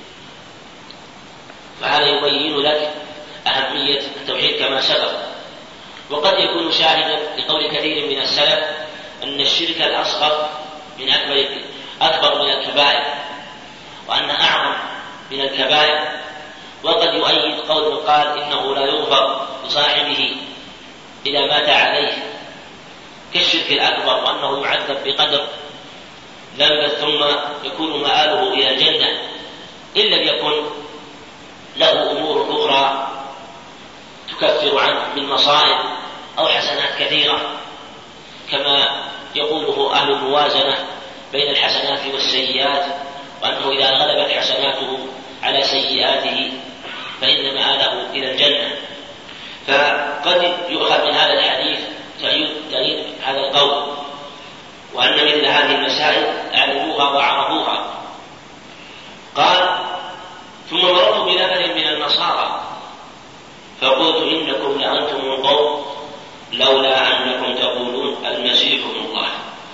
فهذا يبين لك أهمية التوحيد كما سبق. وقد يكون شاهدا لقول كثير من السلف أن الشرك الأصغر من أكبر الكبائر وأنها أعظم من الكبائر. وقد يؤيد قول قال إنه لا يغفر لصاحبه إذا مات عليه كالشرك الأكبر، وأنه يعذب بقدر ذنبه ثم يكون مآله إلى الجنة إن لم يكن له أمور أخرى تكفر عنه من مصائب أو حسنات كثيرة، كما يقوله أهل الموازنة بين الحسنات والسيئات، وأنه إذا غلبت حسناته على سيئاته فإن مآله إلى الجنة. فقد يؤخذ من هذا الحديث تأييد هذا القول، وأن مثل هذه المسائل أعلموها وعرفوها. قال: ثم مررت بنفر من النصارى فقلت إنكم لأنتم القوم لولا أنكم تقولون المسيح ابن الله.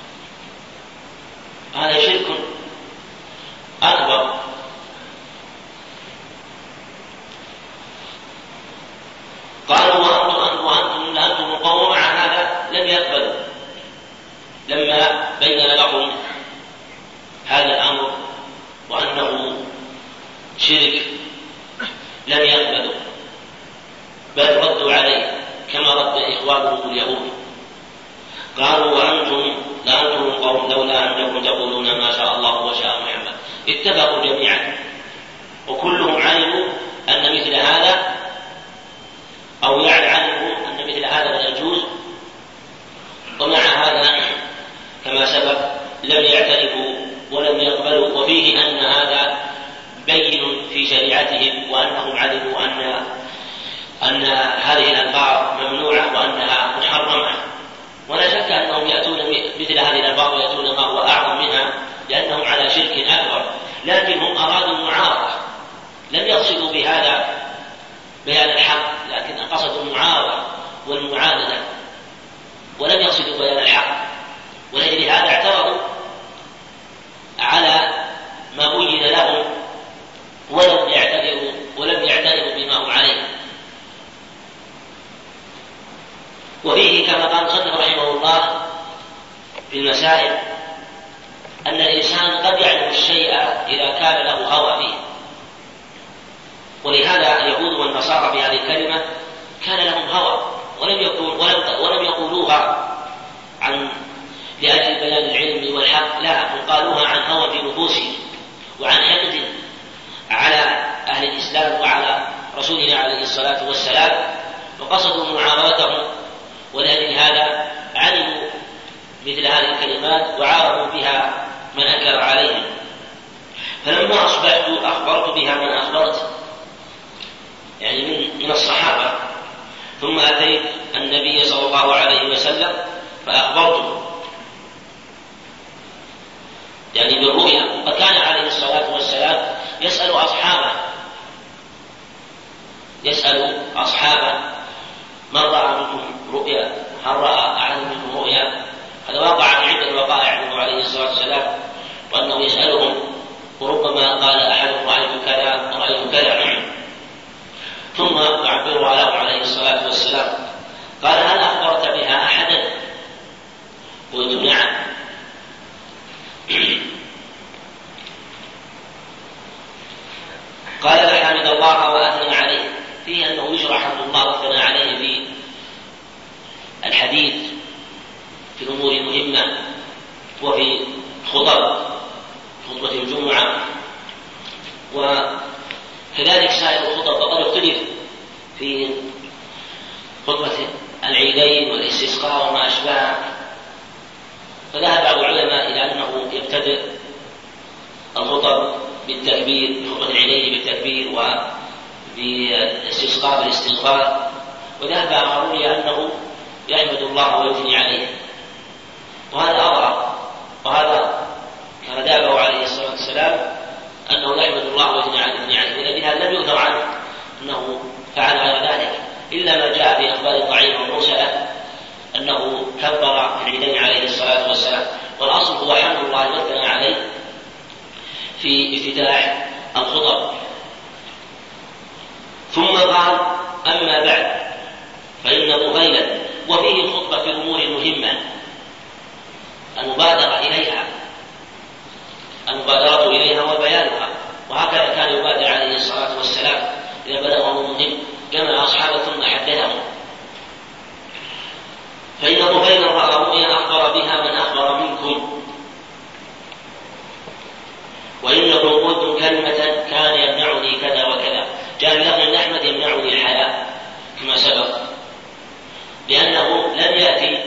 هذا شرك أكبر. قالوا وأنتم لأنتم القوم، ومع هذا لم يقبلوا. لما بين لهم هذا الأمر وأنه شرك لم يقبلوا، بل ردوا عليه كما رد إخوانهم اليهود. قالوا وأنتم لأنتم القوم لولا أنكم تقولون ما شاء الله وشاء محمد. اتفقوا جميعا وكلهم علموا أن مثل هذا، أو يعلموا أن مثل هذا لا يجوز، ومع هذا كما سبق لم يعترفوا ولم يقبلوا. وفيه أن هذا بين في شريعتهم، وأنهم علموا أن هذه الألفاظ ممنوعة وأنها محرمة. ولا شك أنهم يأتون مثل هذه الألفاظ ويأتون ما هو أعظم منها لأنهم على شرك أكبر، لكن هم أرادوا المعارضة، لم يقصدوا بهذا بيان الحق، لكن قصدوا المعارضة والمعاندة ولم يقصدوا بيان الحق. ولأجل هذا اعترضوا على ما بين لهم ولم يعترفوا بما هم عليه. وفيه كما قال المصنف رحمه الله في المسائل أن الإنسان قد يعلم الشيء إذا كان له هوى فيه، ولهذا اليهود والنصارى بهذه الكلمة كان لهم هوى ولم يقولوها لأجل بيان العلم والحق، لا، بل قالوها عن هوى في نفوسهم وعن حقد على أهل الإسلام وعلى رسولنا عليه الصلاة والسلام، وقصدوا معارضتهم. ولأجل هذا علموا مثل هذه الكلمات وعارضوا بها من أنكر عليهم. فلما أصبحت أخبرت بها من أخبرت، يعني من الصحابة، ثم أتيت النبي صلى الله عليه وسلم فأخبرته يعني بالرؤيا. فكان عليه الصلاة والسلام يسأل أصحابه من رأى منكم رؤيا، هل رأى أحد منكم رؤيا؟ هذا وقع في عدة وقائع منه عليه الصلاة والسلام، وأنه يسألهم، وربما قال أحد رأيت كذا ورأيت كذا، ثم يعبرها له عليه الصلاة والسلام. قال هل أخبرت بها أحدا؟ قلت نعم. قال فحمد الله وأثنى عليه. فيه أنه يشرع حمد الله واثنى عليه في الحديث في الأمور المهمة وفي خطبة الجمعة، وكذلك سائر الخطب. وقد اختلف في خطبة العيدين والاستسقاء وما أشبهه، فذهب بعض العلماء إلى أنه يبتدئ الخطب بالتكبير، بخطبة العيدين بالتكبير وبالاستسقاء بالاستغفار، وذهب آخرون إلى أنه يحمد الله ويثني عليه، وهذا أظهر، وهذا كان دابه عليه الصلاة والسلام أنه يحمد الله ويثني عليه، ولكن لم يؤثر عنه أنه فعل غير ذلك، إلا ما جاء في أخبار ضعيفة ومرسلة أنه كبر في العيدين عليه الصلاة والسلام. والأصل هو حمد الله والثناء عليه في افتتاح الخطب. ثم قال أما بعد فإن طفيلا، وفيه الخطبة في الأمور المهمة، المبادرة المبادرة إليها وبيانها، وهكذا كان يبادر عليه الصلاة والسلام إذا بلغه مهم جمع أصحابه ثم حدثهم. فإن طفيلا رأى رؤيا أخبر بها من أخبر منكم، وإنكم قلتم كلمة كان يمنعني كذا وكذا. جاء بلفظ أن أحمد يمنعني الحياة كما سبق، لأنه لم يأتي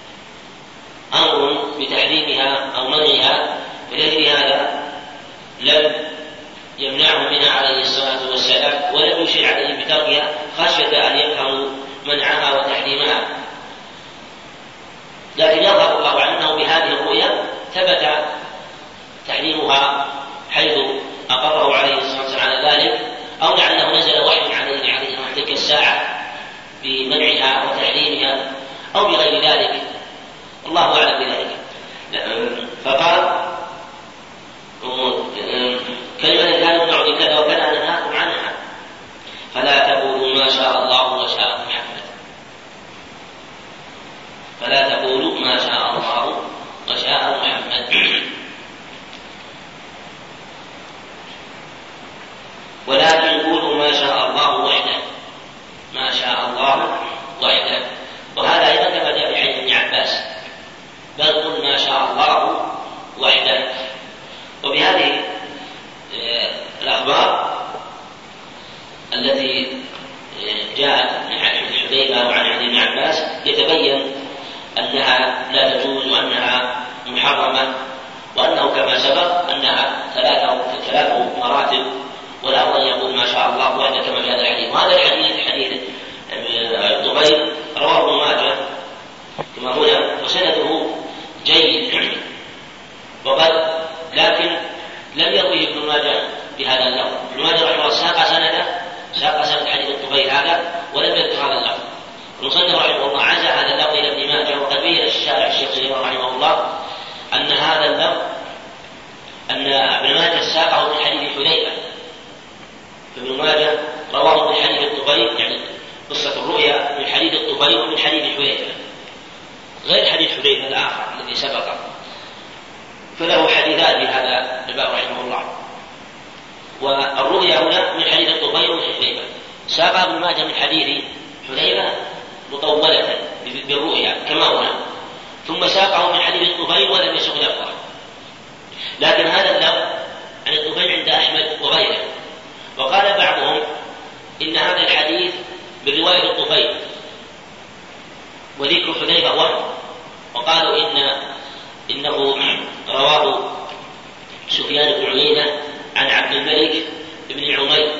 أمر بتحريمها أو منعها، ولأجل هذا لم يمنعه منها عليه الصلاة والسلام، ولم يشير عليه بتركها خشية أن يفهموا منعها وتحريمها. لكن يظهر الله أنه بهذه الرؤيا ثبت تحريمها حيث أقره عليه الصلاة والسلام على ذلك، أو لعله نزل وحي عليه تلك الساعة بمنعها وتحريمها أو بغير ذلك، الله أعلم بذلك. فقال كلمة كان يمنعني كذا وكذا نهاكم عنها، فلا تقولوا ما شاء الله وشاء محمد، فلا تقولوا ما شاء الله وشاء محمد، ولكن قولوا ما شاء الله وحده، ما شاء الله وحده. وهذا أيضا كما جاء في حديث ابن عباس، بل قل ما شاء الله وحده. وبهذه الأخبار التي جاءت من حذيفة وعن ابن عباس يتبين أنها لا تجوز وأنها محرمة، وأنه كما سبق أنها ثلاث مراتب، ولا أن يقول ما شاء الله وحده كما في هذا الحديث. وهذا الحديث حديث الطفيل رواه ابن ماجه كما هنا، وسنده جيد وقد لكن لم يرويه ابن ماجه بهذا اللفظ. ابن ماجه رحمه الله ساق سند حديث الطفيل هذا ولم يذكر هذا اللفظ. المصنف رحمه الله عزى هذا اللفظ الى ابن ماجه، وقد بين الشارع الشيخ سليمان رحمه الله ان هذا اللفظ ان ابن ماجه ساقه من حديث حذيفه، فابن ماجه رواه من حديث الطفيل، يعني قصه الرؤيا من حديث الطفيل ومن حديث حذيفه غير حديث حذيفه الاخر الذي سبق، فله حديثان بهذا الباب رحمه الله. والرؤيا هنا من حديث الطفيل ومن حذيفه، ساق ابن ماجه من حديث حذيفه مطولة بالرؤيا كما هنا، ثم ساقه من حديث الطفيل ولم يسق لفظه. لكن هذا اللفظ عن الطفيل عند أحمد وغيره، وقال بعضهم إن هذا الحديث برواية الطفيل وذكر حذيفة وهم، وقالوا إنه رواه سفيان بن عيينة عن عبد الملك بن عمير،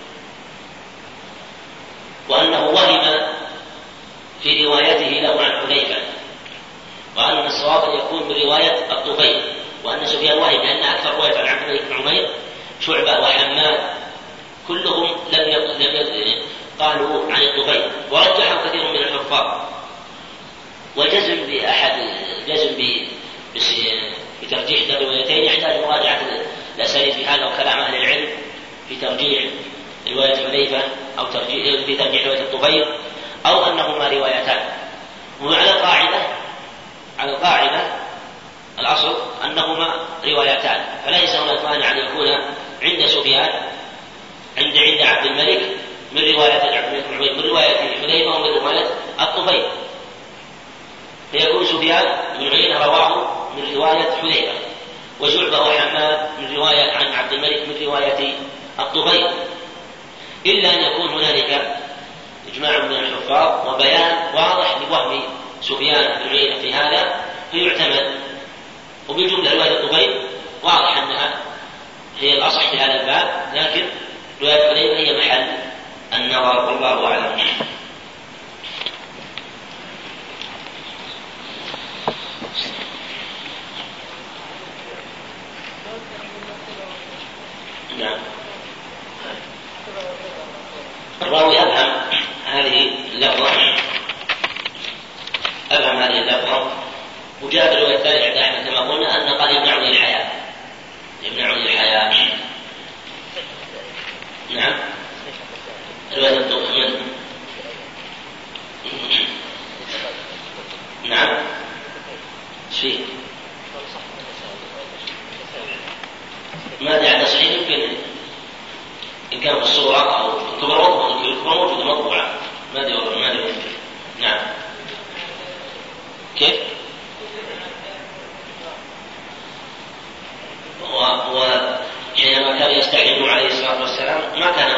وأنه وهم في روايته له عن حذيفة، وأن الصواب أن يكون برواية الطفيل، وأن سفيان وهم لأن أكثر رواية عن عبد الملك بن عمير شعبة وحماد كلهم لم قالوا عن الطفيل، ورجحه كثير من الحفاظ. والجزم بترجيح الروايتين يحتاج مراجعة الأسانيد في هذا وكلام أهل العلم في ترجيح رواية حذيفة أو في ترجيح رواية الطفيل، أو أنهما روايتان. وعلى القاعدة الأصل أنهما روايتان، فليس هناك مانع أن يكون عند سفيان عند عبد الملك من رواية حذيفة ومن رواية الطفيل، فيكون سفيان بن عيينة رواه من رواية حذيفة، وشعبة وحماد من رواية عن عبد الملك من رواية الطفيل، إلا أن يكون هنالك إجماع من الحفاظ وبيان واضح لوهم سفيان بن عيينة في هذا فيعتمد. وبالجملة رواية الطفيل واضح أنها هي الأصح في هذا الباب، لكن رواية حذيفة هي محل النظر والله أعلم. نعم. الراوي أفهم هذه اللفظة، وجاء في الرواية الثانية عند أحمد كما قلنا أن قال يمنعني الحياة. نعم. رواية الدخل. نعم. شيء. ما كان